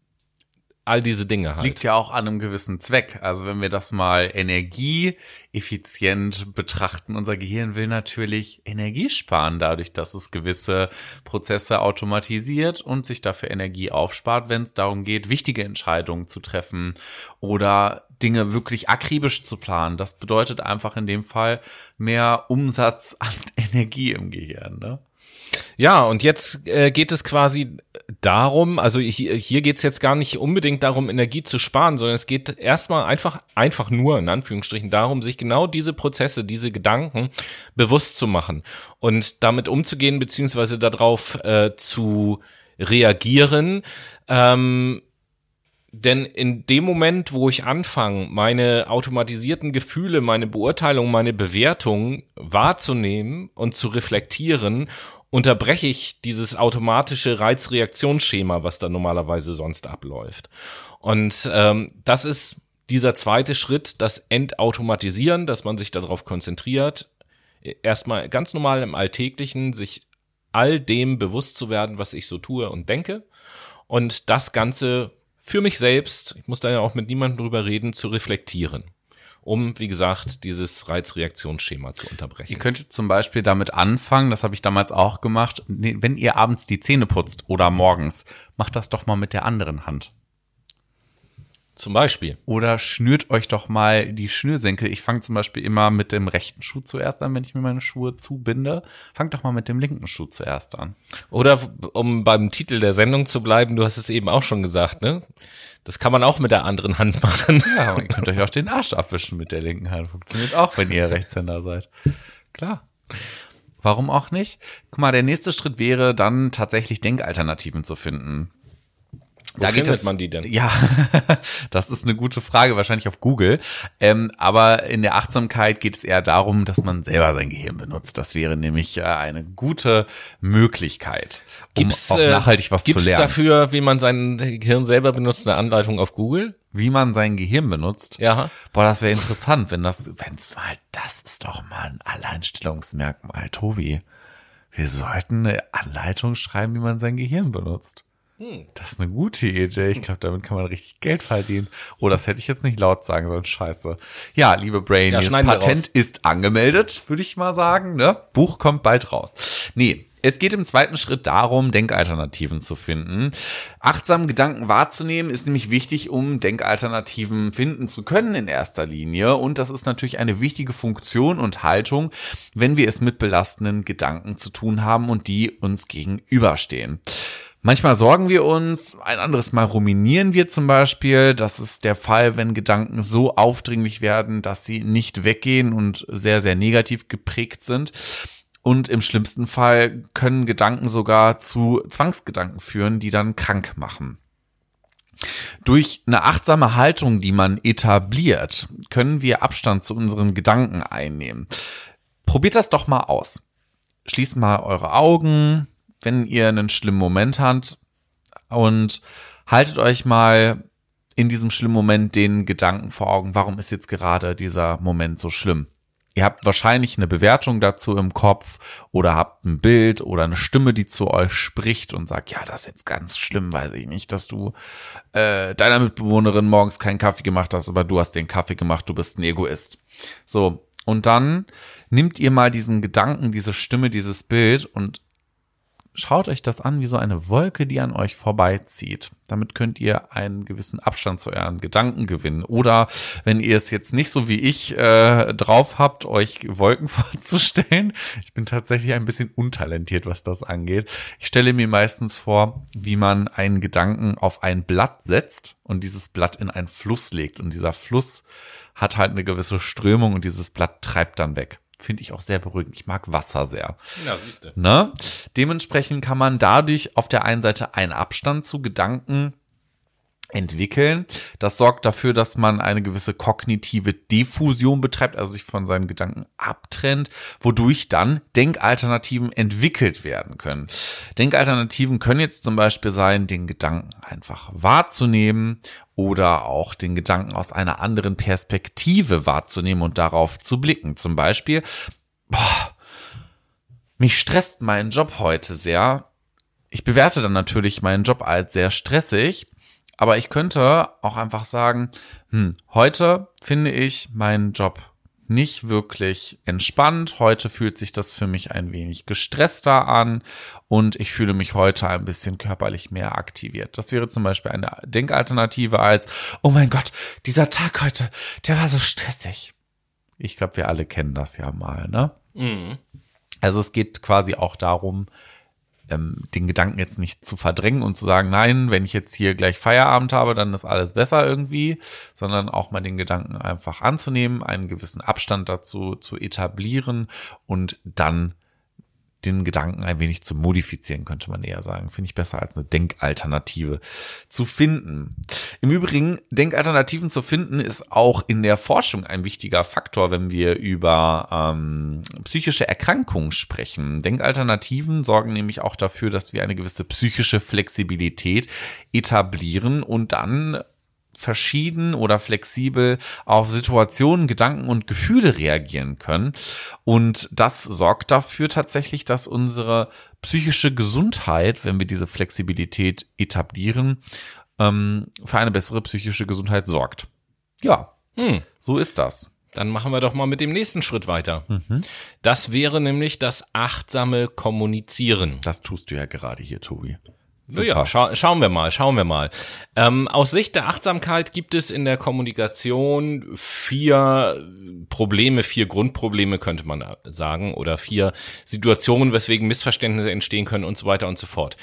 All diese Dinge halt.
Liegt ja auch an einem gewissen Zweck. Also wenn wir das mal energieeffizient betrachten, unser Gehirn will natürlich Energie sparen, dadurch, dass es gewisse Prozesse automatisiert und sich dafür Energie aufspart, wenn es darum geht, wichtige Entscheidungen zu treffen oder Dinge wirklich akribisch zu planen. Das bedeutet einfach in dem Fall mehr Umsatz an Energie im Gehirn, ne?
Ja, und jetzt geht es quasi darum, also hier geht es jetzt gar nicht unbedingt darum, Energie zu sparen, sondern es geht erstmal einfach nur, in Anführungsstrichen, darum, sich genau diese Prozesse, diese Gedanken bewusst zu machen und damit umzugehen, beziehungsweise darauf zu reagieren. Denn in dem Moment, wo ich anfange, meine automatisierten Gefühle, meine Beurteilung, meine Bewertung wahrzunehmen und zu reflektieren, unterbreche ich dieses automatische Reizreaktionsschema, was da normalerweise sonst abläuft. Und das ist dieser zweite Schritt, das Entautomatisieren, dass man sich darauf konzentriert, erstmal ganz normal im Alltäglichen, sich all dem bewusst zu werden, was ich so tue und denke, und das Ganze für mich selbst, ich muss da ja auch mit niemandem drüber reden, zu reflektieren, um, wie gesagt, dieses Reizreaktionsschema zu unterbrechen.
Ihr könntet zum Beispiel damit anfangen, das habe ich damals auch gemacht, wenn ihr abends die Zähne putzt oder morgens, macht das doch mal mit der anderen Hand.
Zum Beispiel.
Oder schnürt euch doch mal die Schnürsenkel. Ich fange zum Beispiel immer mit dem rechten Schuh zuerst an, wenn ich mir meine Schuhe zubinde. Fangt doch mal mit dem linken Schuh zuerst an.
Oder, um beim Titel der Sendung zu bleiben, du hast es eben auch schon gesagt, ne? Das kann man auch mit der anderen Hand machen.
Ja, und ihr könnt euch auch den Arsch abwischen mit der linken Hand. Funktioniert auch, wenn ihr Rechtshänder seid. Klar. Warum auch nicht? Guck mal, der nächste Schritt wäre dann tatsächlich Denkalternativen zu finden.
Wo findet man die denn?
Ja, das ist eine gute Frage, wahrscheinlich auf Google. Aber in der Achtsamkeit geht es eher darum, dass man selber sein Gehirn benutzt. Das wäre nämlich eine gute Möglichkeit, um auch nachhaltig was zu lernen.
Gibt's dafür, wie man sein Gehirn selber benutzt, eine Anleitung auf Google?
Wie man sein Gehirn benutzt?
Ja.
Boah, das wäre interessant, das ist doch mal ein Alleinstellungsmerkmal, Tobi. Wir sollten eine Anleitung schreiben, wie man sein Gehirn benutzt. Das ist eine gute Idee. Ich glaube, damit kann man richtig Geld verdienen. Oh, das hätte ich jetzt nicht laut sagen sollen. Scheiße. Ja, liebe Brainies,
ja,
Patent ist angemeldet, würde ich mal sagen. Ne? Buch kommt bald raus. Nee, es geht im zweiten Schritt darum, Denkalternativen zu finden. Achtsam Gedanken wahrzunehmen ist nämlich wichtig, um Denkalternativen finden zu können in erster Linie. Und das ist natürlich eine wichtige Funktion und Haltung, wenn wir es mit belastenden Gedanken zu tun haben und die uns gegenüberstehen. Manchmal sorgen wir uns, ein anderes Mal ruminieren wir zum Beispiel. Das ist der Fall, wenn Gedanken so aufdringlich werden, dass sie nicht weggehen und sehr, sehr negativ geprägt sind. Und im schlimmsten Fall können Gedanken sogar zu Zwangsgedanken führen, die dann krank machen. Durch eine achtsame Haltung, die man etabliert, können wir Abstand zu unseren Gedanken einnehmen. Probiert das doch mal aus. Schließt mal eure Augen, wenn ihr einen schlimmen Moment habt, und haltet euch mal in diesem schlimmen Moment den Gedanken vor Augen, warum ist jetzt gerade dieser Moment so schlimm? Ihr habt wahrscheinlich eine Bewertung dazu im Kopf oder habt ein Bild oder eine Stimme, die zu euch spricht und sagt, ja, das ist jetzt ganz schlimm, weiß ich nicht, dass du deiner Mitbewohnerin morgens keinen Kaffee gemacht hast, aber du hast den Kaffee gemacht, du bist ein Egoist. So, und dann nimmt ihr mal diesen Gedanken, diese Stimme, dieses Bild und schaut euch das an wie so eine Wolke, die an euch vorbeizieht. Damit könnt ihr einen gewissen Abstand zu euren Gedanken gewinnen. Oder wenn ihr es jetzt nicht so wie ich drauf habt, euch Wolken vorzustellen. Ich bin tatsächlich ein bisschen untalentiert, was das angeht. Ich stelle mir meistens vor, wie man einen Gedanken auf ein Blatt setzt und dieses Blatt in einen Fluss legt. Und dieser Fluss hat halt eine gewisse Strömung und dieses Blatt treibt dann weg. Finde ich auch sehr beruhigend. Ich mag Wasser sehr.
Ja, siehste.
Ne? Dementsprechend kann man dadurch auf der einen Seite einen Abstand zu Gedanken entwickeln. Das sorgt dafür, dass man eine gewisse kognitive Diffusion betreibt, also sich von seinen Gedanken abtrennt, wodurch dann Denkalternativen entwickelt werden können. Denkalternativen können jetzt zum Beispiel sein, den Gedanken einfach wahrzunehmen oder auch den Gedanken aus einer anderen Perspektive wahrzunehmen und darauf zu blicken. Zum Beispiel, mich stresst mein Job heute sehr. Ich bewerte dann natürlich meinen Job als sehr stressig, aber ich könnte auch einfach sagen, heute finde ich meinen Job nicht wirklich entspannt. Heute fühlt sich das für mich ein wenig gestresster an und ich fühle mich heute ein bisschen körperlich mehr aktiviert. Das wäre zum Beispiel eine Denkalternative als, oh mein Gott, dieser Tag heute, der war so stressig. Ich glaube, wir alle kennen das ja mal, ne? Mhm. Also es geht quasi auch darum, den Gedanken jetzt nicht zu verdrängen und zu sagen, nein, wenn ich jetzt hier gleich Feierabend habe, dann ist alles besser irgendwie, sondern auch mal den Gedanken einfach anzunehmen, einen gewissen Abstand dazu zu etablieren und dann den Gedanken ein wenig zu modifizieren, könnte man eher sagen. Finde ich besser als eine Denkalternative zu finden. Im Übrigen, Denkalternativen zu finden ist auch in der Forschung ein wichtiger Faktor, wenn wir über psychische Erkrankungen sprechen. Denkalternativen sorgen nämlich auch dafür, dass wir eine gewisse psychische Flexibilität etablieren und dann verschieden oder flexibel auf Situationen, Gedanken und Gefühle reagieren können. Und das sorgt dafür tatsächlich, dass unsere psychische Gesundheit, wenn wir diese Flexibilität etablieren, für eine bessere psychische Gesundheit sorgt. Ja, so ist das.
Dann machen wir doch mal mit dem nächsten Schritt weiter. Das wäre nämlich das achtsame Kommunizieren.
Das tust du ja gerade hier, Tobi.
Naja, schauen wir mal. Aus Sicht der Achtsamkeit gibt es in der Kommunikation 4 Grundprobleme könnte man sagen, oder 4 Situationen, weswegen Missverständnisse entstehen können und so weiter und so fort.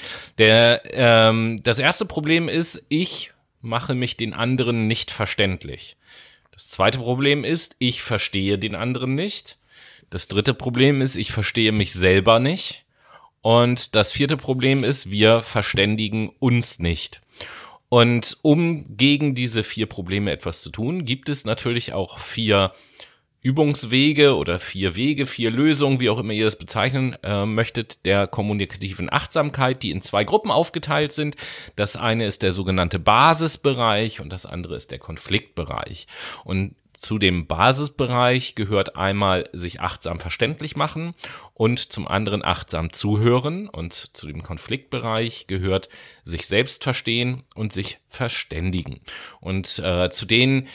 Das erste Problem ist, ich mache mich den anderen nicht verständlich. Das zweite Problem ist, ich verstehe den anderen nicht. Das dritte Problem ist, ich verstehe mich selber nicht. Und das vierte Problem ist, wir verständigen uns nicht. Und um gegen diese 4 Probleme etwas zu tun, gibt es natürlich auch 4 Übungswege oder 4 Wege, 4 Lösungen, wie auch immer ihr das bezeichnen möchtet, der kommunikativen Achtsamkeit, die in 2 Gruppen aufgeteilt sind. Das eine ist der sogenannte Basisbereich und das andere ist der Konfliktbereich. Und zu dem Basisbereich gehört einmal sich achtsam verständlich machen und zum anderen achtsam zuhören. Und zu dem Konfliktbereich gehört sich selbst verstehen und sich verständigen. Und zu den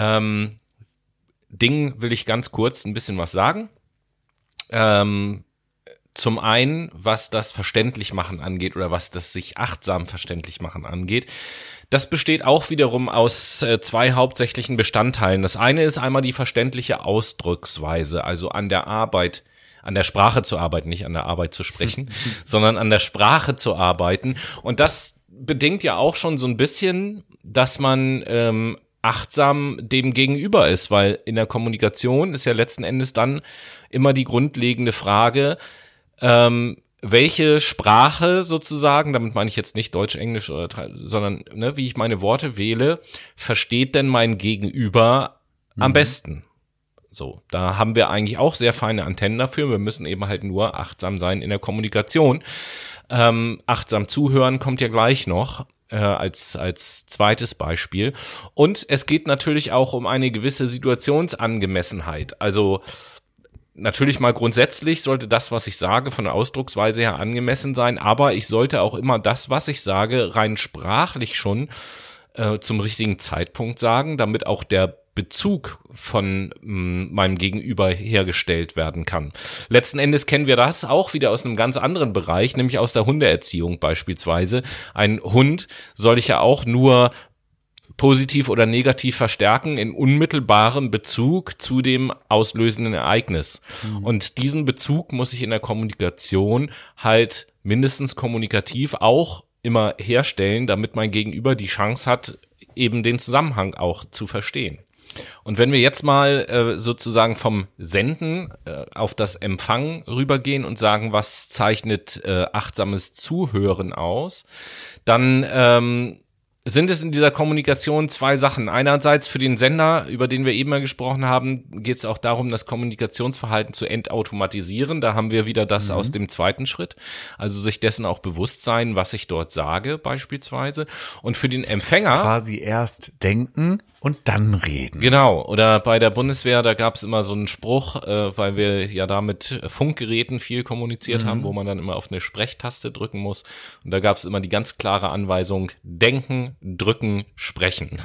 Dingen will ich ganz kurz ein bisschen was sagen. Zum einen, was das Verständlichmachen angeht oder was das sich achtsam verständlich machen angeht. Das besteht auch wiederum aus 2 hauptsächlichen Bestandteilen. Das eine ist einmal die verständliche Ausdrucksweise, also an der Sprache zu arbeiten, nicht an der Arbeit zu sprechen, sondern an der Sprache zu arbeiten. Und das bedingt ja auch schon so ein bisschen, dass man achtsam dem Gegenüber ist, weil in der Kommunikation ist ja letzten Endes dann immer die grundlegende Frage, welche Sprache sozusagen, damit meine ich jetzt nicht Deutsch, Englisch, sondern wie ich meine Worte wähle, versteht denn mein Gegenüber am besten? So, da haben wir eigentlich auch sehr feine Antennen dafür. Wir müssen eben halt nur achtsam sein in der Kommunikation. Achtsam zuhören kommt ja gleich noch als zweites Beispiel. Und es geht natürlich auch um eine gewisse Situationsangemessenheit. Also natürlich mal grundsätzlich sollte das, was ich sage, von der Ausdrucksweise her angemessen sein, aber ich sollte auch immer das, was ich sage, rein sprachlich schon zum richtigen Zeitpunkt sagen, damit auch der Bezug von meinem Gegenüber hergestellt werden kann. Letzten Endes kennen wir das auch wieder aus einem ganz anderen Bereich, nämlich aus der Hundeerziehung beispielsweise. Ein Hund soll ich ja auch nur positiv oder negativ verstärken in unmittelbarem Bezug zu dem auslösenden Ereignis. Und diesen Bezug muss ich in der Kommunikation halt mindestens kommunikativ auch immer herstellen, damit mein Gegenüber die Chance hat, eben den Zusammenhang auch zu verstehen. Und wenn wir jetzt mal sozusagen vom Senden auf das Empfangen rübergehen und sagen, was zeichnet achtsames Zuhören aus, dann sind es in dieser Kommunikation zwei Sachen. Einerseits für den Sender, über den wir eben mal gesprochen haben, geht es auch darum, das Kommunikationsverhalten zu entautomatisieren. Da haben wir wieder das aus dem zweiten Schritt. Also sich dessen auch bewusst sein, was ich dort sage beispielsweise. Und für den Empfänger
quasi erst denken und dann reden.
Genau. Oder bei der Bundeswehr, da gab es immer so einen Spruch, weil wir ja da mit Funkgeräten viel kommuniziert haben, wo man dann immer auf eine Sprechtaste drücken muss. Und da gab es immer die ganz klare Anweisung, denken, drücken, sprechen.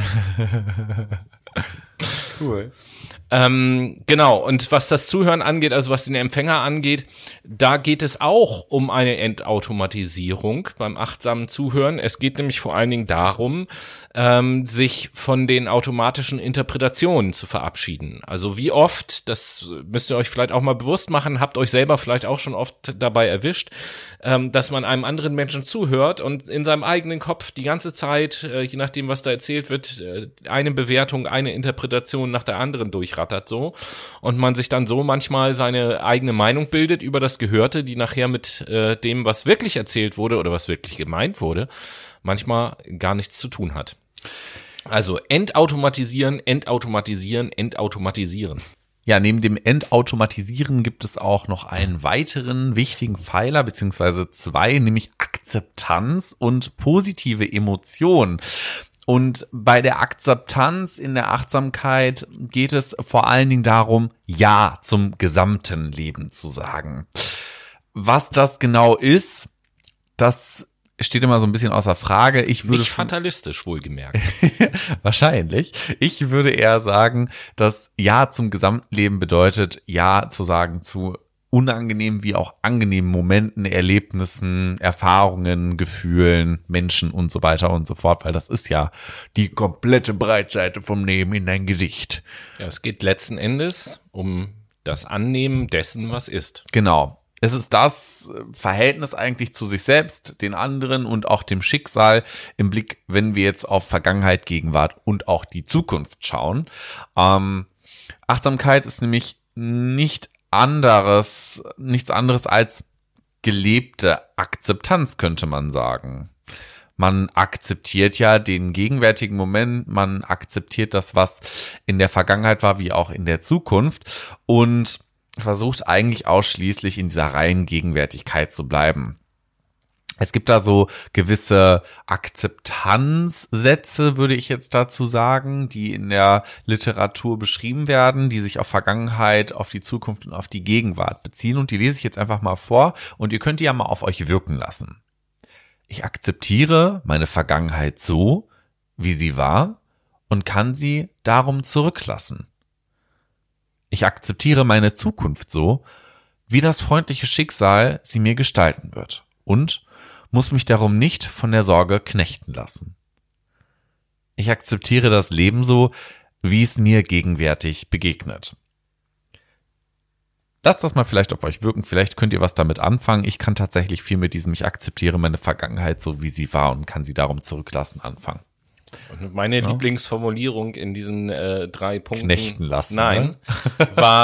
Cool.
Genau, und was das Zuhören angeht, also was den Empfänger angeht, da geht es auch um eine Entautomatisierung beim achtsamen Zuhören. Es geht nämlich vor allen Dingen darum, sich von den automatischen Interpretationen zu verabschieden. Also wie oft, das müsst ihr euch vielleicht auch mal bewusst machen, habt euch selber vielleicht auch schon oft dabei erwischt, dass man einem anderen Menschen zuhört und in seinem eigenen Kopf die ganze Zeit, je nachdem, was da erzählt wird, eine Bewertung, eine Interpretation nach der anderen durchrattert so und man sich dann so manchmal seine eigene Meinung bildet über das Gehörte, die nachher mit dem, was wirklich erzählt wurde oder was wirklich gemeint wurde, manchmal gar nichts zu tun hat. Also entautomatisieren, entautomatisieren, entautomatisieren.
Ja, neben dem Entautomatisieren gibt es auch noch einen weiteren wichtigen Pfeiler, beziehungsweise zwei, nämlich Akzeptanz und positive Emotion. Und bei der Akzeptanz in der Achtsamkeit geht es vor allen Dingen darum, Ja zum gesamten Leben zu sagen. Was das genau ist, das steht immer so ein bisschen außer Frage. Ich würde
nicht fatalistisch, wohlgemerkt.
Wahrscheinlich. Ich würde eher sagen, dass Ja zum gesamten Leben bedeutet, Ja zu sagen zu unangenehmen wie auch angenehmen Momenten, Erlebnissen, Erfahrungen, Gefühlen, Menschen und so weiter und so fort, weil das ist ja die komplette Breitseite vom Leben in dein Gesicht.
Ja, es geht letzten Endes um das Annehmen dessen, was ist.
Genau. Es ist das Verhältnis eigentlich zu sich selbst, den anderen und auch dem Schicksal im Blick, wenn wir jetzt auf Vergangenheit, Gegenwart und auch die Zukunft schauen. Achtsamkeit ist nämlich nichts anderes als gelebte Akzeptanz, könnte man sagen. Man akzeptiert ja den gegenwärtigen Moment, man akzeptiert das, was in der Vergangenheit war, wie auch in der Zukunft und versucht eigentlich ausschließlich in dieser reinen Gegenwärtigkeit zu bleiben. Es gibt da so gewisse Akzeptanzsätze, würde ich jetzt dazu sagen, die in der Literatur beschrieben werden, die sich auf Vergangenheit, auf die Zukunft und auf die Gegenwart beziehen. Und die lese ich jetzt einfach mal vor und ihr könnt die ja mal auf euch wirken lassen. Ich akzeptiere meine Vergangenheit so, wie sie war und kann sie darum zurücklassen. Ich akzeptiere meine Zukunft so, wie das freundliche Schicksal sie mir gestalten wird und muss mich darum nicht von der Sorge knechten lassen. Ich akzeptiere das Leben so, wie es mir gegenwärtig begegnet. Lasst das mal vielleicht auf euch wirken, vielleicht könnt ihr was damit anfangen. Ich kann tatsächlich viel mit diesem Ich akzeptiere meine Vergangenheit so, wie sie war und kann sie darum zurücklassen anfangen.
Und meine Lieblingsformulierung in diesen 3 Punkten,
knechten lassen,
nein, war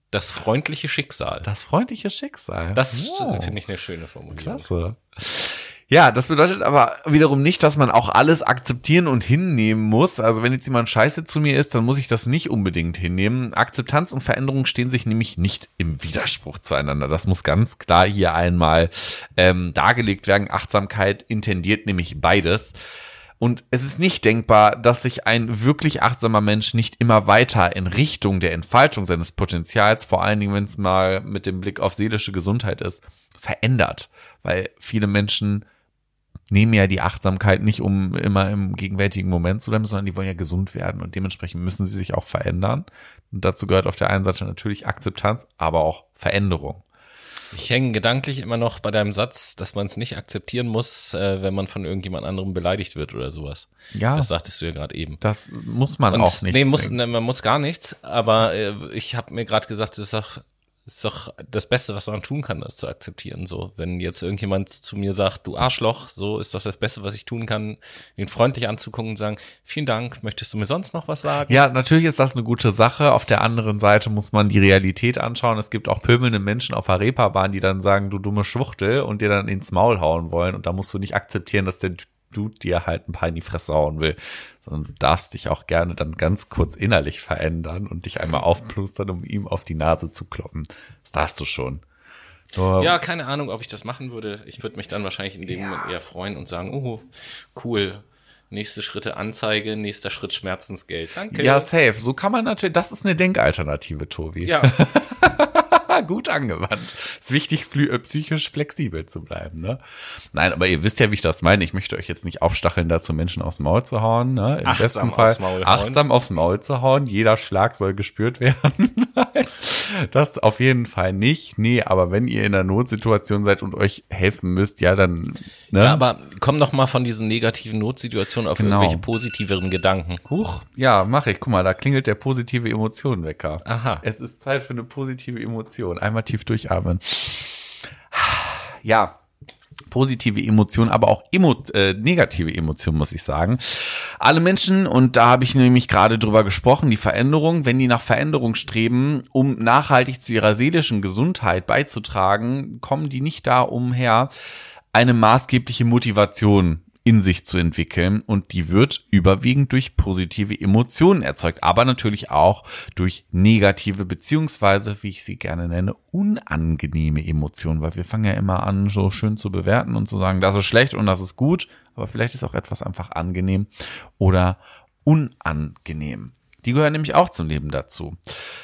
Das freundliche Schicksal.
Das freundliche Schicksal.
Das finde ich eine schöne Formulierung.
Klasse.
Ja, das bedeutet aber wiederum nicht, dass man auch alles akzeptieren und hinnehmen muss. Also wenn jetzt jemand scheiße zu mir ist, dann muss ich das nicht unbedingt hinnehmen. Akzeptanz und Veränderung stehen sich nämlich nicht im Widerspruch zueinander. Das muss ganz klar hier einmal dargelegt werden. Achtsamkeit intendiert nämlich beides. Und es ist nicht denkbar, dass sich ein wirklich achtsamer Mensch nicht immer weiter in Richtung der Entfaltung seines Potenzials, vor allen Dingen, wenn es mal mit dem Blick auf seelische Gesundheit ist, verändert. Weil viele Menschen nehmen ja die Achtsamkeit nicht, um immer im gegenwärtigen Moment zu bleiben, sondern die wollen ja gesund werden und dementsprechend müssen sie sich auch verändern. Und dazu gehört auf der einen Seite natürlich Akzeptanz, aber auch Veränderung.
Ich hänge gedanklich immer noch bei deinem Satz, dass man es nicht akzeptieren muss, wenn man von irgendjemand anderem beleidigt wird oder sowas.
Ja.
Das sagtest du ja gerade eben.
Das muss man auch nicht.
Nee, man muss gar nichts, aber ich habe mir gerade gesagt, das ist doch das Beste, was man tun kann, das zu akzeptieren. So, wenn jetzt irgendjemand zu mir sagt, du Arschloch, so ist doch das Beste, was ich tun kann, ihn freundlich anzugucken und sagen, vielen Dank, möchtest du mir sonst noch was sagen?
Ja, natürlich ist das eine gute Sache. Auf der anderen Seite muss man die Realität anschauen. Es gibt auch pöbelnde Menschen auf der Reeperbahn, die dann sagen, du dumme Schwuchtel und dir dann ins Maul hauen wollen. Und da musst du nicht akzeptieren, dass der Dude dir halt ein paar in die Fresse hauen will, sondern du darfst dich auch gerne dann ganz kurz innerlich verändern und dich einmal aufplustern, um ihm auf die Nase zu kloppen. Das darfst du schon. So.
Ja, keine Ahnung, ob ich das machen würde. Ich würde mich dann wahrscheinlich in dem Moment eher freuen und sagen, oh, cool. Nächste Schritte Anzeige, nächster Schritt Schmerzensgeld. Danke.
Ja, safe. So kann man natürlich, das ist eine Denkalternative, Tobi.
Ja.
Gut angewandt. Ist wichtig, psychisch flexibel zu bleiben, ne? Nein, aber ihr wisst ja, wie ich das meine. Ich möchte euch jetzt nicht aufstacheln, dazu Menschen aufs Maul zu hauen, ne? Im besten Fall achtsam aufs Maul zu hauen. Jeder Schlag soll gespürt werden. Das auf jeden Fall nicht. Nee, aber wenn ihr in einer Notsituation seid und euch helfen müsst, ja, dann, ne?
Ja, aber komm doch mal von diesen negativen Notsituationen auf irgendwelche positiveren Gedanken.
Huch, ja, mache ich. Guck mal, da klingelt der positive Emotionenwecker.
Aha.
Es ist Zeit für eine positive Emotion. Einmal tief durchatmen. Ja, positive Emotionen, aber auch negative Emotionen, muss ich sagen. Alle Menschen, und da habe ich nämlich gerade drüber gesprochen, die Veränderung, wenn die nach Veränderung streben, um nachhaltig zu ihrer seelischen Gesundheit beizutragen, kommen die nicht da umher, eine maßgebliche Motivation in sich zu entwickeln, und die wird überwiegend durch positive Emotionen erzeugt, aber natürlich auch durch negative beziehungsweise, wie ich sie gerne nenne, unangenehme Emotionen, weil wir fangen ja immer an, so schön zu bewerten und zu sagen, das ist schlecht und das ist gut, aber vielleicht ist auch etwas einfach angenehm oder unangenehm. Die gehören nämlich auch zum Leben dazu.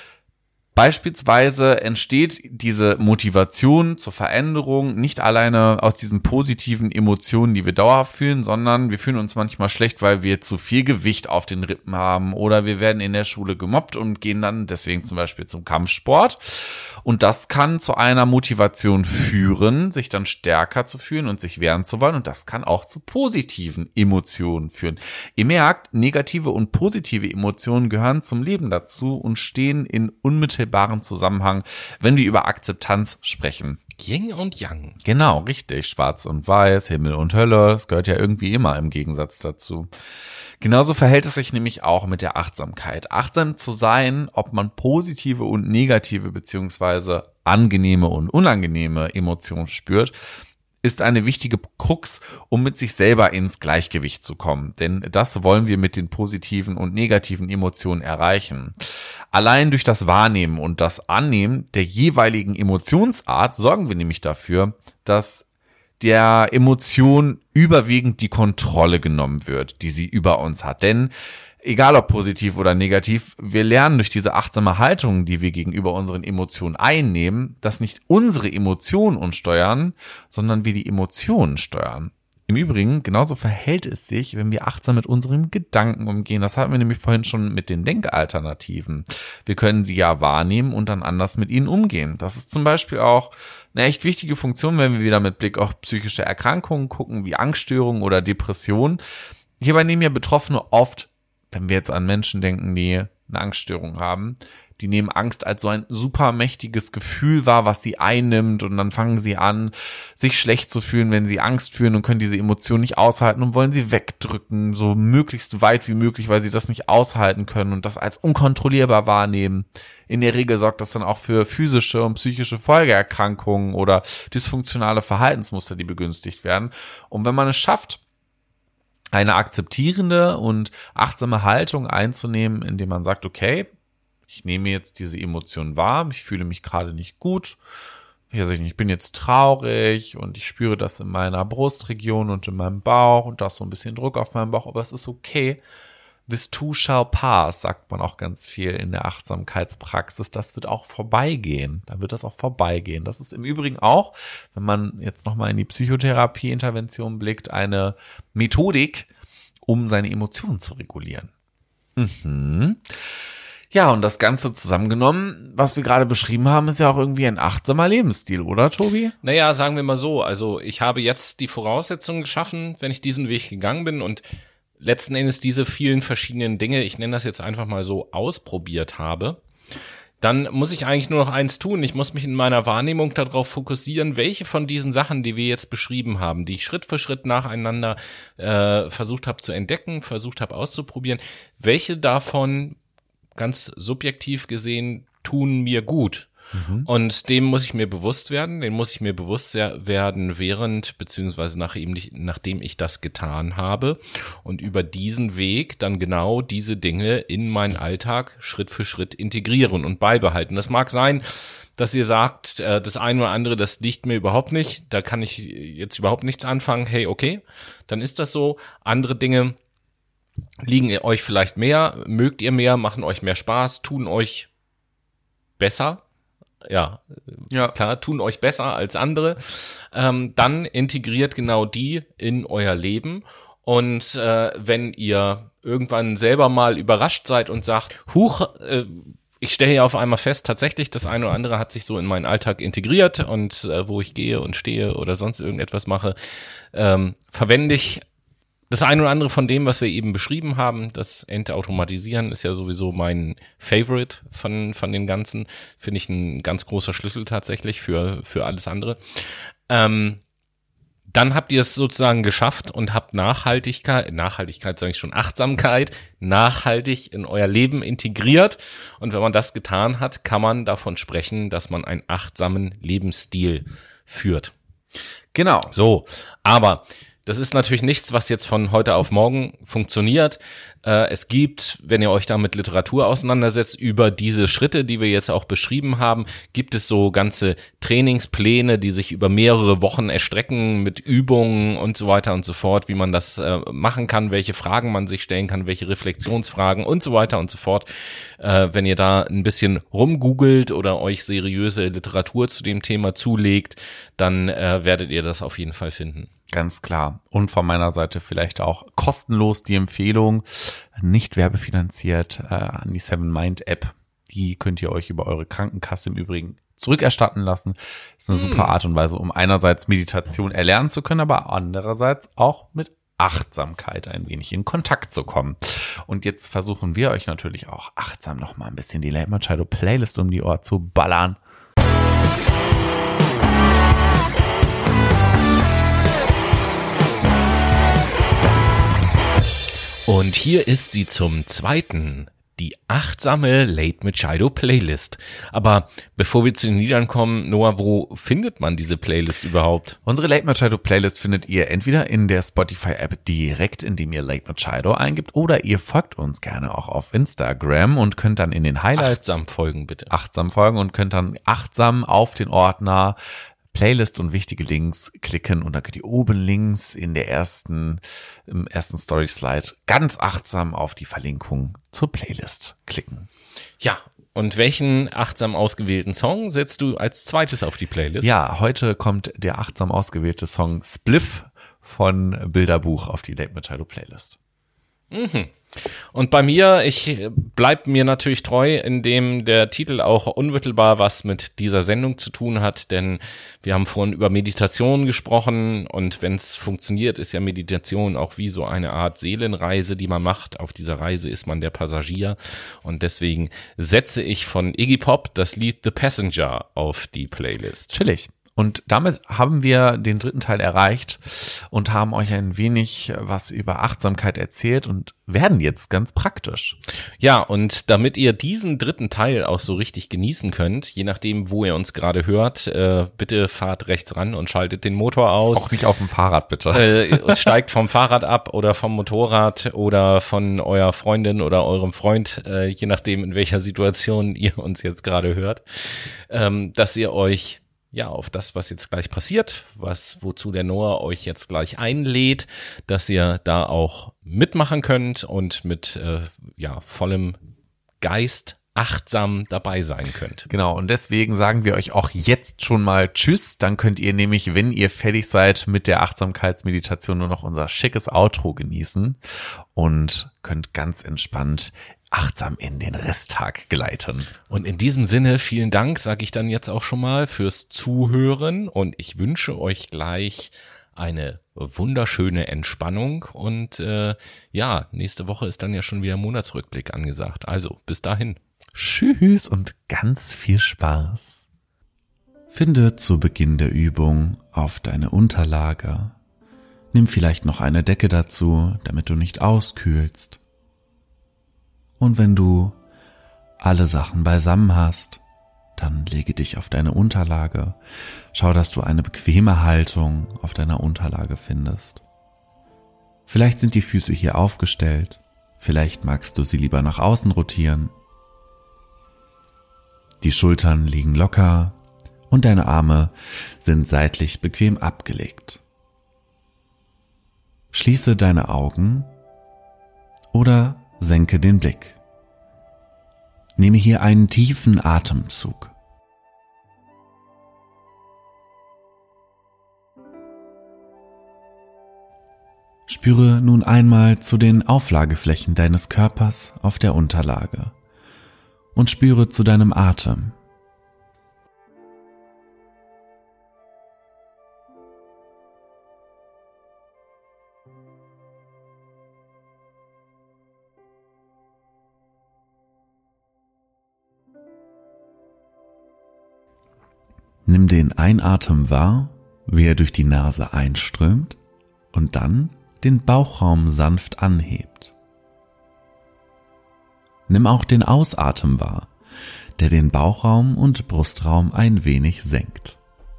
Beispielsweise entsteht diese Motivation zur Veränderung nicht alleine aus diesen positiven Emotionen, die wir dauerhaft fühlen, sondern wir fühlen uns manchmal schlecht, weil wir zu viel Gewicht auf den Rippen haben oder wir werden in der Schule gemobbt und gehen dann deswegen zum Beispiel zum Kampfsport. Und das kann zu einer Motivation führen, sich dann stärker zu fühlen und sich wehren zu wollen. Und das kann auch zu positiven Emotionen führen. Ihr merkt, negative und positive Emotionen gehören zum Leben dazu und stehen in unmittelbarem Zusammenhang, wenn wir über Akzeptanz sprechen.
Yin und Yang.
Genau, richtig. Schwarz und Weiß, Himmel und Hölle. Das gehört ja irgendwie immer im Gegensatz dazu. Genauso verhält es sich nämlich auch mit der Achtsamkeit. Achtsam zu sein, ob man positive und negative beziehungsweise angenehme und unangenehme Emotionen spürt, ist eine wichtige Krux, um mit sich selber ins Gleichgewicht zu kommen. Denn das wollen wir mit den positiven und negativen Emotionen erreichen. Allein durch das Wahrnehmen und das Annehmen der jeweiligen Emotionsart sorgen wir nämlich dafür, dass der Emotion überwiegend die Kontrolle genommen wird, die sie über uns hat. Denn egal ob positiv oder negativ, wir lernen durch diese achtsame Haltung, die wir gegenüber unseren Emotionen einnehmen, dass nicht unsere Emotionen uns steuern, sondern wir die Emotionen steuern. Im Übrigen, genauso verhält es sich, wenn wir achtsam mit unseren Gedanken umgehen. Das hatten wir nämlich vorhin schon mit den Denkalternativen. Wir können sie ja wahrnehmen und dann anders mit ihnen umgehen. Das ist zum Beispiel auch eine echt wichtige Funktion, wenn wir wieder mit Blick auf psychische Erkrankungen gucken, wie Angststörungen oder Depressionen. Hierbei nehmen ja Betroffene oft, wenn wir jetzt an Menschen denken, die
eine Angststörung haben, die nehmen Angst als so ein super mächtiges Gefühl wahr, was sie einnimmt, und dann fangen sie an, sich schlecht zu fühlen, wenn sie Angst fühlen, und können diese Emotion nicht aushalten und wollen sie wegdrücken, so möglichst weit wie möglich, weil sie das nicht aushalten können und das als unkontrollierbar wahrnehmen. In der Regel sorgt das dann auch für physische und psychische Folgeerkrankungen oder dysfunktionale Verhaltensmuster, die begünstigt werden. Und wenn man es schafft, eine akzeptierende und achtsame Haltung einzunehmen, indem man sagt, okay, ich nehme jetzt diese Emotion wahr, ich fühle mich gerade nicht gut, ich bin jetzt traurig und ich spüre das in meiner Brustregion und in meinem Bauch und da ist so ein bisschen Druck auf meinem Bauch, aber es ist okay. This too shall pass, sagt man auch ganz viel in der Achtsamkeitspraxis. Das wird auch vorbeigehen. Da wird das auch vorbeigehen. Das ist im Übrigen auch, wenn man jetzt nochmal in die Psychotherapie-Intervention blickt, eine Methodik, um seine Emotionen zu regulieren. Ja, und das Ganze zusammengenommen, was wir gerade beschrieben haben, ist ja auch irgendwie ein achtsamer Lebensstil, oder, Tobi?
Naja, sagen wir mal so, also ich habe jetzt die Voraussetzungen geschaffen, wenn ich diesen Weg gegangen bin und letzten Endes diese vielen verschiedenen Dinge, ich nenne das jetzt einfach mal so, ausprobiert habe, dann muss ich eigentlich nur noch eins tun. Ich muss mich in meiner Wahrnehmung darauf fokussieren, welche von diesen Sachen, die wir jetzt beschrieben haben, die ich Schritt für Schritt nacheinander versucht habe zu entdecken, versucht habe auszuprobieren, welche davon ganz subjektiv gesehen tun mir gut. Und dem muss ich mir bewusst werden, während, beziehungsweise nachdem ich das getan habe und über diesen Weg dann genau diese Dinge in meinen Alltag Schritt für Schritt integrieren und beibehalten. Das mag sein, dass ihr sagt, das eine oder andere, das liegt mir überhaupt nicht, da kann ich jetzt überhaupt nichts anfangen. Hey, okay, dann ist das so. Andere Dinge liegen euch vielleicht mehr, mögt ihr mehr, machen euch mehr Spaß, tun euch besser. Ja, klar, tun euch besser als andere, dann integriert genau die in euer Leben. Und wenn ihr irgendwann selber mal überrascht seid und sagt, ich stelle ja auf einmal fest, tatsächlich, das eine oder andere hat sich so in meinen Alltag integriert und wo ich gehe und stehe oder sonst irgendetwas mache, verwende ich das eine oder andere von dem, was wir eben beschrieben haben. Das Entautomatisieren ist ja sowieso mein Favorite von den Ganzen. Finde ich ein ganz großer Schlüssel tatsächlich für alles andere. Dann habt ihr es sozusagen geschafft und habt Nachhaltigkeit sage ich schon, Achtsamkeit, nachhaltig in euer Leben integriert. Und wenn man das getan hat, kann man davon sprechen, dass man einen achtsamen Lebensstil führt.
Genau.
So, aber das ist natürlich nichts, was jetzt von heute auf morgen funktioniert. Es gibt, wenn ihr euch da mit Literatur auseinandersetzt, über diese Schritte, die wir jetzt auch beschrieben haben, gibt es so ganze Trainingspläne, die sich über mehrere Wochen erstrecken mit Übungen und so weiter und so fort, wie man das machen kann, welche Fragen man sich stellen kann, welche Reflexionsfragen und so weiter und so fort. Wenn ihr da ein bisschen rumgoogelt oder euch seriöse Literatur zu dem Thema zulegt, dann werdet ihr das auf jeden Fall finden.
Ganz klar. Und von meiner Seite vielleicht auch kostenlos die Empfehlung, nicht werbefinanziert, an die 7Mind-App. Die könnt ihr euch über eure Krankenkasse im Übrigen zurückerstatten lassen. Ist eine super Art und Weise, um einerseits Meditation erlernen zu können, aber andererseits auch mit Achtsamkeit ein wenig in Kontakt zu kommen. Und jetzt versuchen wir euch natürlich auch achtsam noch mal ein bisschen die Late Machado Playlist um die Ohren zu ballern.
Und hier ist sie zum zweiten, die achtsame Late Machado Playlist. Aber bevor wir zu den Liedern kommen, Noah, wo findet man diese Playlist überhaupt?
Unsere Late Machado Playlist findet ihr entweder in der Spotify-App direkt, indem ihr Late Machado eingibt, oder ihr folgt uns gerne auch auf Instagram und könnt dann in den Highlights
achtsam folgen, bitte.
Achtsam folgen und könnt dann achtsam auf den Ordner Playlist und wichtige Links klicken, und da könnt ihr oben links im ersten Story-Slide ganz achtsam auf die Verlinkung zur Playlist klicken.
Ja, und welchen achtsam ausgewählten Song setzt du als zweites auf die Playlist?
Ja, heute kommt der achtsam ausgewählte Song Spliff von Bilderbuch auf die Late Machado Playlist.
Und bei mir, ich bleib mir natürlich treu, indem der Titel auch unmittelbar was mit dieser Sendung zu tun hat, denn wir haben vorhin über Meditation gesprochen und wenn es funktioniert, ist ja Meditation auch wie so eine Art Seelenreise, die man macht. Auf dieser Reise ist man der Passagier und deswegen setze ich von Iggy Pop das Lied The Passenger auf die Playlist.
Chillig. Und damit haben wir den 3. Teil erreicht und haben euch ein wenig was über Achtsamkeit erzählt und werden jetzt ganz praktisch.
Ja, und damit ihr diesen 3. Teil auch so richtig genießen könnt, je nachdem, wo ihr uns gerade hört, bitte fahrt rechts ran und schaltet den Motor aus.
Auch nicht auf dem Fahrrad, bitte.
Steigt vom Fahrrad ab oder vom Motorrad oder von eurer Freundin oder eurem Freund, je nachdem, in welcher Situation ihr uns jetzt gerade hört, dass ihr euch auf das, was jetzt gleich passiert, wozu der Noah euch jetzt gleich einlädt, dass ihr da auch mitmachen könnt und mit vollem Geist achtsam dabei sein könnt.
Genau, und deswegen sagen wir euch auch jetzt schon mal Tschüss. Dann könnt ihr nämlich, wenn ihr fertig seid mit der Achtsamkeitsmeditation, nur noch unser schickes Outro genießen und könnt ganz entspannt achtsam in den Resttag gleiten.
Und in diesem Sinne, vielen Dank, sage ich dann jetzt auch schon mal fürs Zuhören und ich wünsche euch gleich eine wunderschöne Entspannung und nächste Woche ist dann ja schon wieder Monatsrückblick angesagt. Also bis dahin.
Tschüss und ganz viel Spaß. Finde zu Beginn der Übung auf deine Unterlage. Nimm vielleicht noch eine Decke dazu, damit du nicht auskühlst. Und wenn du alle Sachen beisammen hast, dann lege dich auf deine Unterlage. Schau, dass du eine bequeme Haltung auf deiner Unterlage findest. Vielleicht sind die Füße hier aufgestellt, vielleicht magst du sie lieber nach außen rotieren. Die Schultern liegen locker und deine Arme sind seitlich bequem abgelegt. Schließe deine Augen oder senke den Blick. Nehme hier einen tiefen Atemzug. Spüre nun einmal zu den Auflageflächen deines Körpers auf der Unterlage und spüre zu deinem Atem. Nimm den Einatmen wahr, wie er durch die Nase einströmt und dann den Bauchraum sanft anhebt. Nimm auch den Ausatmen wahr, der den Bauchraum und Brustraum ein wenig senkt.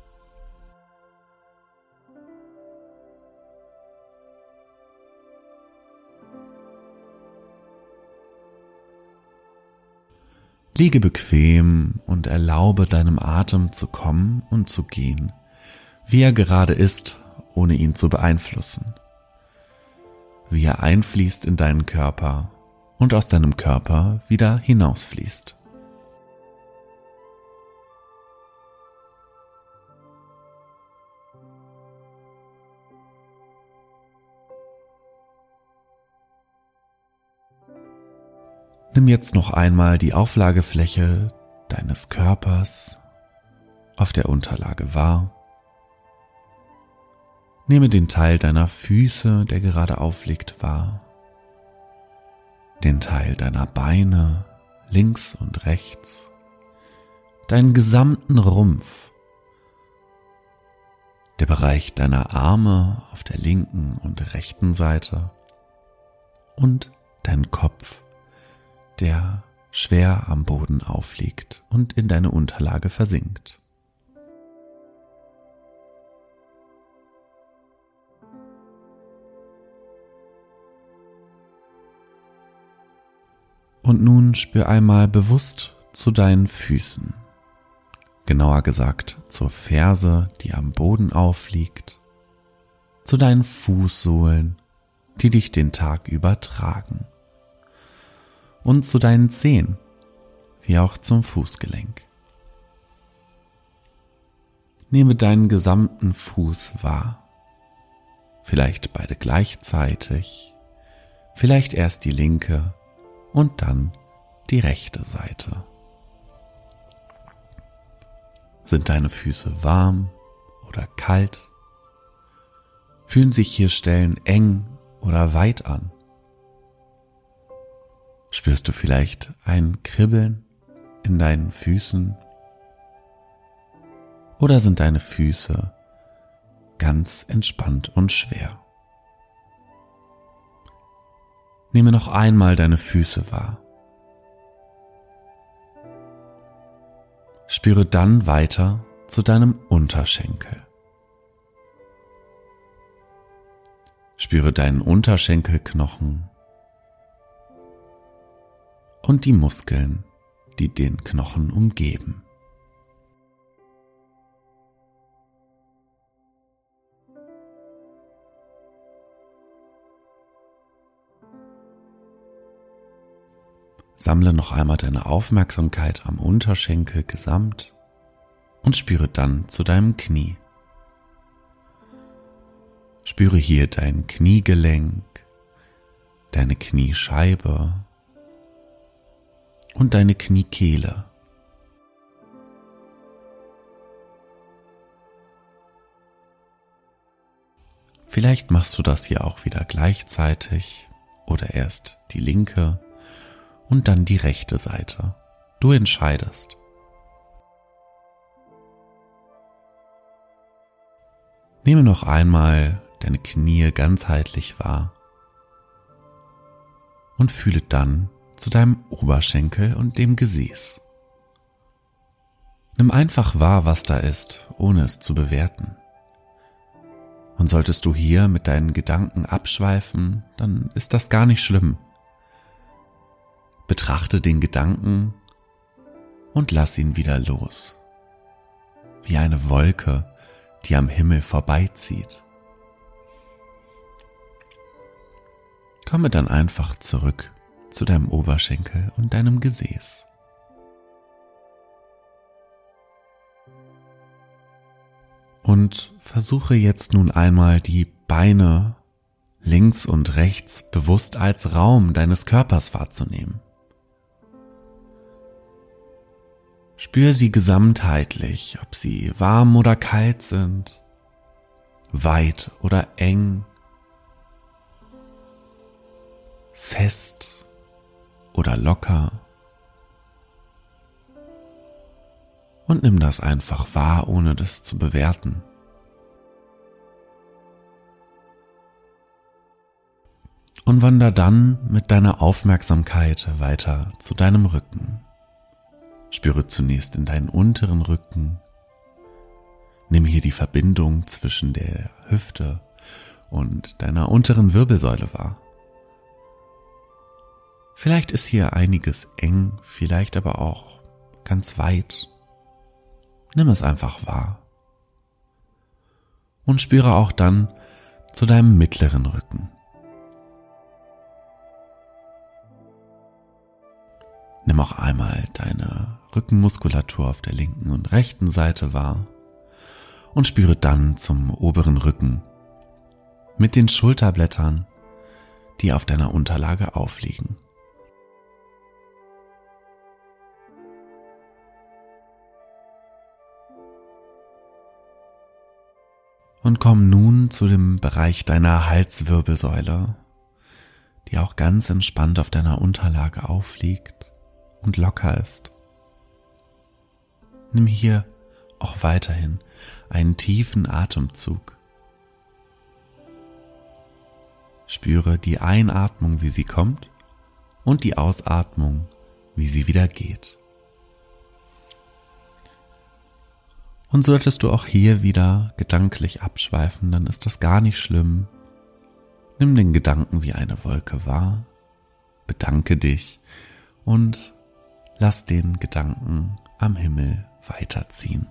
Liege bequem und erlaube deinem Atem zu kommen und zu gehen, wie er gerade ist, ohne ihn zu beeinflussen. Wie er einfließt in deinen Körper und aus deinem Körper wieder hinausfließt. Nimm jetzt noch einmal die Auflagefläche deines Körpers auf der Unterlage wahr. Nehme den Teil deiner Füße, der gerade aufliegt, wahr. Den Teil deiner Beine links und rechts. Deinen gesamten Rumpf. Der Bereich deiner Arme auf der linken und rechten Seite. Und dein Kopf, der schwer am Boden aufliegt und in deine Unterlage versinkt. Und nun spür einmal bewusst zu deinen Füßen, genauer gesagt zur Ferse, die am Boden aufliegt, zu deinen Fußsohlen, die dich den Tag über tragen. Und zu deinen Zehen, wie auch zum Fußgelenk. Nehme deinen gesamten Fuß wahr, vielleicht beide gleichzeitig,
Vielleicht erst die linke und dann die rechte Seite. Sind deine Füße warm oder kalt? Fühlen sich hier Stellen eng oder weit an? Spürst du vielleicht ein Kribbeln in deinen Füßen? Oder sind deine Füße ganz entspannt und schwer? Nehme noch einmal deine Füße wahr. Spüre dann weiter zu deinem Unterschenkel. Spüre deinen Unterschenkelknochen und die Muskeln, die den Knochen umgeben. Sammle noch einmal deine Aufmerksamkeit am Unterschenkel gesamt und spüre dann zu deinem Knie. Spüre hier dein Kniegelenk, deine Kniescheibe und deine Kniekehle. Vielleicht machst du das hier auch wieder gleichzeitig oder erst die linke und dann die rechte Seite. Du entscheidest. Nehme noch einmal deine Knie ganzheitlich wahr und fühle dann zu deinem Oberschenkel und dem Gesäß. Nimm einfach wahr, was da ist, ohne es zu bewerten. Und solltest du hier mit deinen Gedanken abschweifen, dann ist das gar nicht schlimm. Betrachte den Gedanken und lass ihn wieder los, wie eine Wolke, die am Himmel vorbeizieht. Komme dann einfach zurück zu deinem Oberschenkel und deinem Gesäß. Und versuche jetzt nun einmal die Beine links und rechts bewusst als Raum deines Körpers wahrzunehmen. Spür sie gesamtheitlich, ob sie warm oder kalt sind, weit oder eng, fest oder locker. Und nimm das einfach wahr, ohne das zu bewerten. Und wander dann mit deiner Aufmerksamkeit weiter zu deinem Rücken. Spüre zunächst in deinen unteren Rücken. Nimm hier die Verbindung zwischen der Hüfte und deiner unteren Wirbelsäule wahr. Vielleicht ist hier einiges eng, vielleicht aber auch ganz weit. Nimm es einfach wahr. Und spüre auch dann zu deinem mittleren Rücken. Nimm auch einmal deine Rückenmuskulatur auf der linken und rechten Seite wahr und spüre dann zum oberen Rücken mit den Schulterblättern, die auf deiner Unterlage aufliegen. Und komm nun zu dem Bereich deiner Halswirbelsäule, die auch ganz entspannt auf deiner Unterlage aufliegt und locker ist. Nimm hier auch weiterhin einen tiefen Atemzug. Spüre die Einatmung, wie sie kommt, und die Ausatmung, wie sie wieder geht. Und solltest du auch hier wieder gedanklich abschweifen, dann ist das gar nicht schlimm. Nimm den Gedanken wie eine Wolke wahr, bedanke dich und lass den Gedanken am Himmel weiterziehen.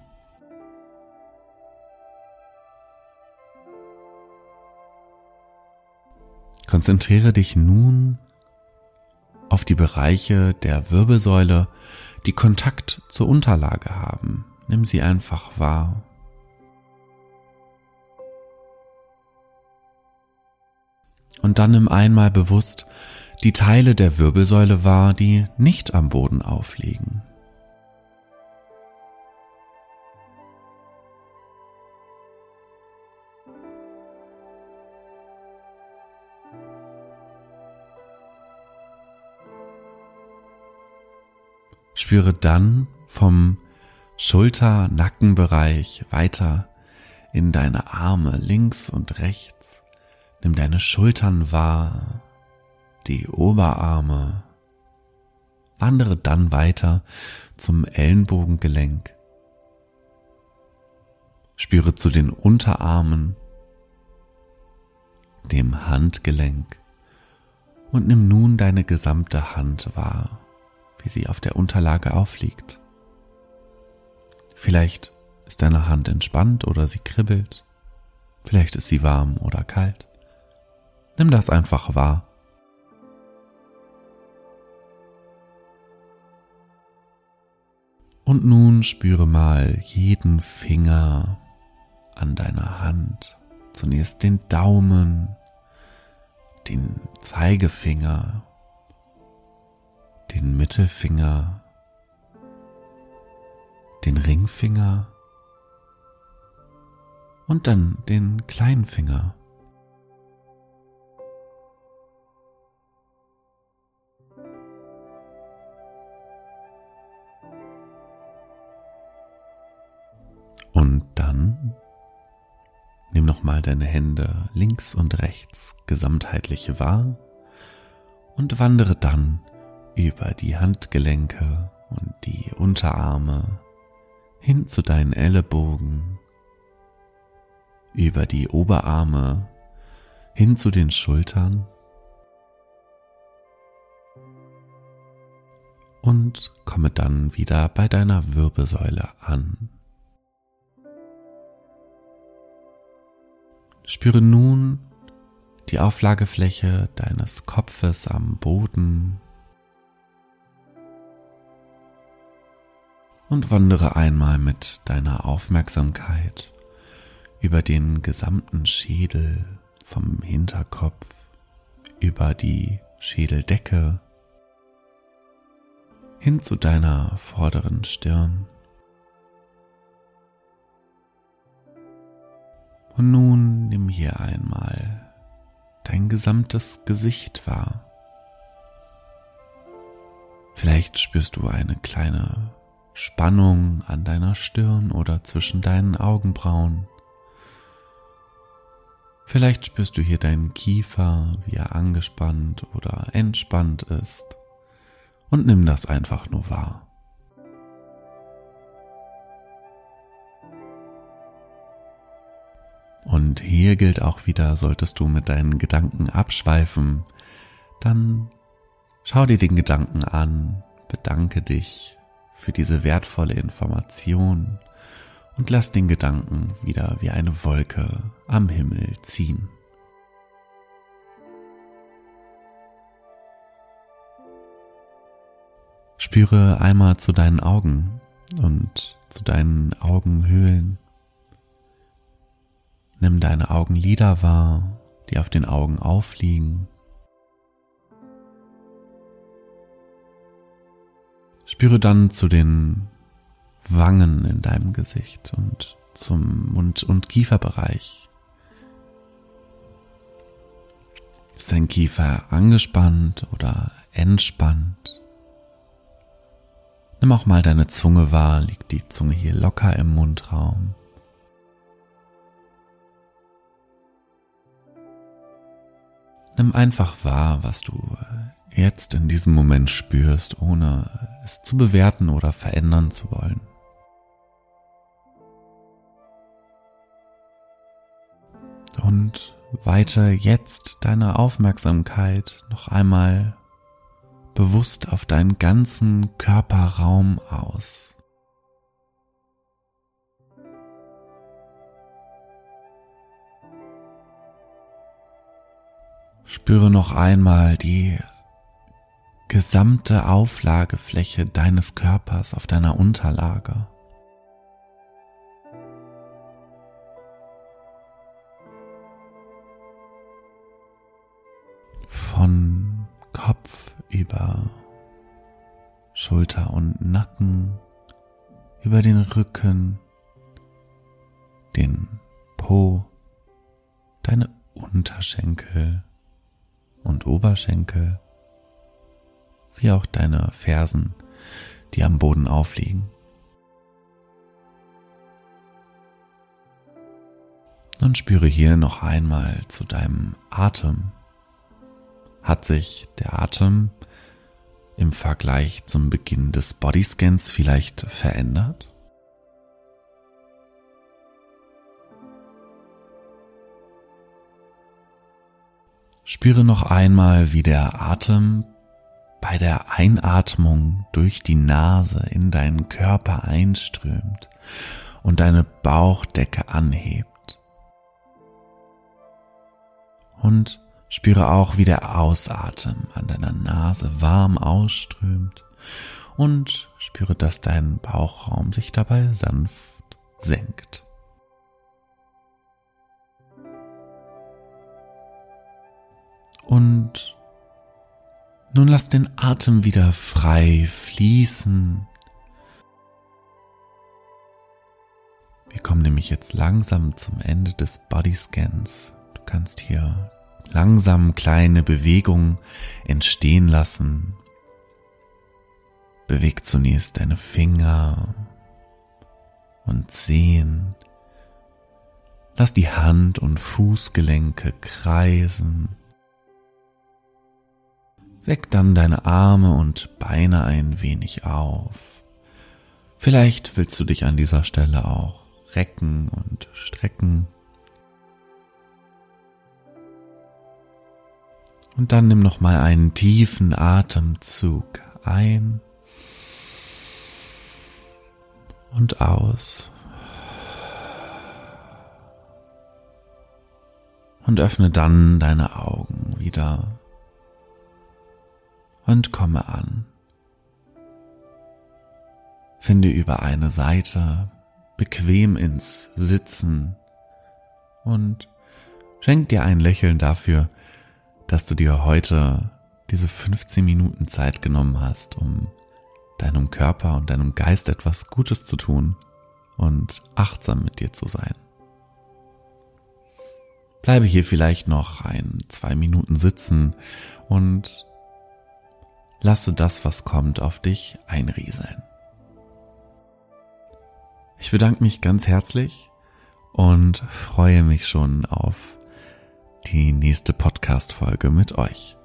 Konzentriere dich nun auf die Bereiche der Wirbelsäule, die Kontakt zur Unterlage haben. Nimm sie einfach wahr. Und dann nimm einmal bewusst die Teile der Wirbelsäule wahr, die nicht am Boden aufliegen. Spüre dann vom Schulter-Nackenbereich weiter in deine Arme links und rechts. Nimm deine Schultern wahr, die Oberarme. Wandere dann weiter zum Ellenbogengelenk. Spüre zu den Unterarmen, dem Handgelenk und nimm nun deine gesamte Hand wahr, wie sie auf der Unterlage aufliegt. Vielleicht ist deine Hand entspannt oder sie kribbelt. Vielleicht ist sie warm oder kalt. Nimm das einfach wahr. Und nun spüre mal jeden Finger an deiner Hand. Zunächst den Daumen, den Zeigefinger, den Mittelfinger, den Ringfinger und dann den kleinen Finger. Und dann nimm nochmal deine Hände links und rechts gesamtheitlich wahr und wandere dann über die Handgelenke und die Unterarme hin zu deinen Ellenbogen, über die Oberarme hin zu den Schultern und komme dann wieder bei deiner Wirbelsäule an. Spüre nun die Auflagefläche deines Kopfes am Boden und wandere einmal mit deiner Aufmerksamkeit über den gesamten Schädel, vom Hinterkopf, über die Schädeldecke, hin zu deiner vorderen Stirn. Und nun nimm hier einmal dein gesamtes Gesicht wahr. Vielleicht spürst du eine kleine Spannung an deiner Stirn oder zwischen deinen Augenbrauen. Vielleicht spürst du hier deinen Kiefer, wie er angespannt oder entspannt ist. Und nimm das einfach nur wahr. Und hier gilt auch wieder, solltest du mit deinen Gedanken abschweifen, dann schau dir den Gedanken an, bedanke dich für diese wertvolle Information und lass den Gedanken wieder wie eine Wolke am Himmel ziehen. Spüre einmal zu deinen Augen und zu deinen Augenhöhlen. Nimm deine Augenlider wahr, die auf den Augen aufliegen. Spüre dann zu den Wangen in deinem Gesicht und zum Mund- und Kieferbereich. Ist dein Kiefer angespannt oder entspannt? Nimm auch mal deine Zunge wahr, liegt die Zunge hier locker im Mundraum? Nimm einfach wahr, was du jetzt in diesem Moment spürst, ohne es zu bewerten oder verändern zu wollen. Und weite jetzt deine Aufmerksamkeit noch einmal bewusst auf deinen ganzen Körperraum aus. Spüre noch einmal die gesamte Auflagefläche deines Körpers auf deiner Unterlage. von Kopf über Schulter und Nacken, über den Rücken, den Po, deine Unterschenkel und Oberschenkel, wie auch deine Fersen, die am Boden aufliegen. Und spüre hier noch einmal zu deinem Atem. Hat sich der Atem im Vergleich zum Beginn des Bodyscans vielleicht verändert? Spüre noch einmal, wie der Atem bei der Einatmung durch die Nase in deinen Körper einströmt und deine Bauchdecke anhebt. Und spüre auch, wie der Ausatem an deiner Nase warm ausströmt und spüre, dass dein Bauchraum sich dabei sanft senkt. Und nun lass den Atem wieder frei fließen. Wir kommen nämlich jetzt langsam zum Ende des Bodyscans. Du kannst hier langsam kleine Bewegungen entstehen lassen. Beweg zunächst deine Finger und Zehen. Lass die Hand- und Fußgelenke kreisen. Weck dann deine Arme und Beine ein wenig auf. Vielleicht willst du dich an dieser Stelle auch recken und strecken. Und dann nimm noch mal einen tiefen Atemzug ein und aus. Und öffne dann deine Augen wieder und komme an. Finde über eine Seite bequem ins Sitzen und schenk dir ein Lächeln dafür, dass du dir heute diese 15 Minuten Zeit genommen hast, um deinem Körper und deinem Geist etwas Gutes zu tun und achtsam mit dir zu sein. Bleibe hier vielleicht noch 2 Minuten sitzen und lasse das, was kommt, auf dich einrieseln. Ich bedanke mich ganz herzlich und freue mich schon auf die nächste Podcast-Folge mit euch.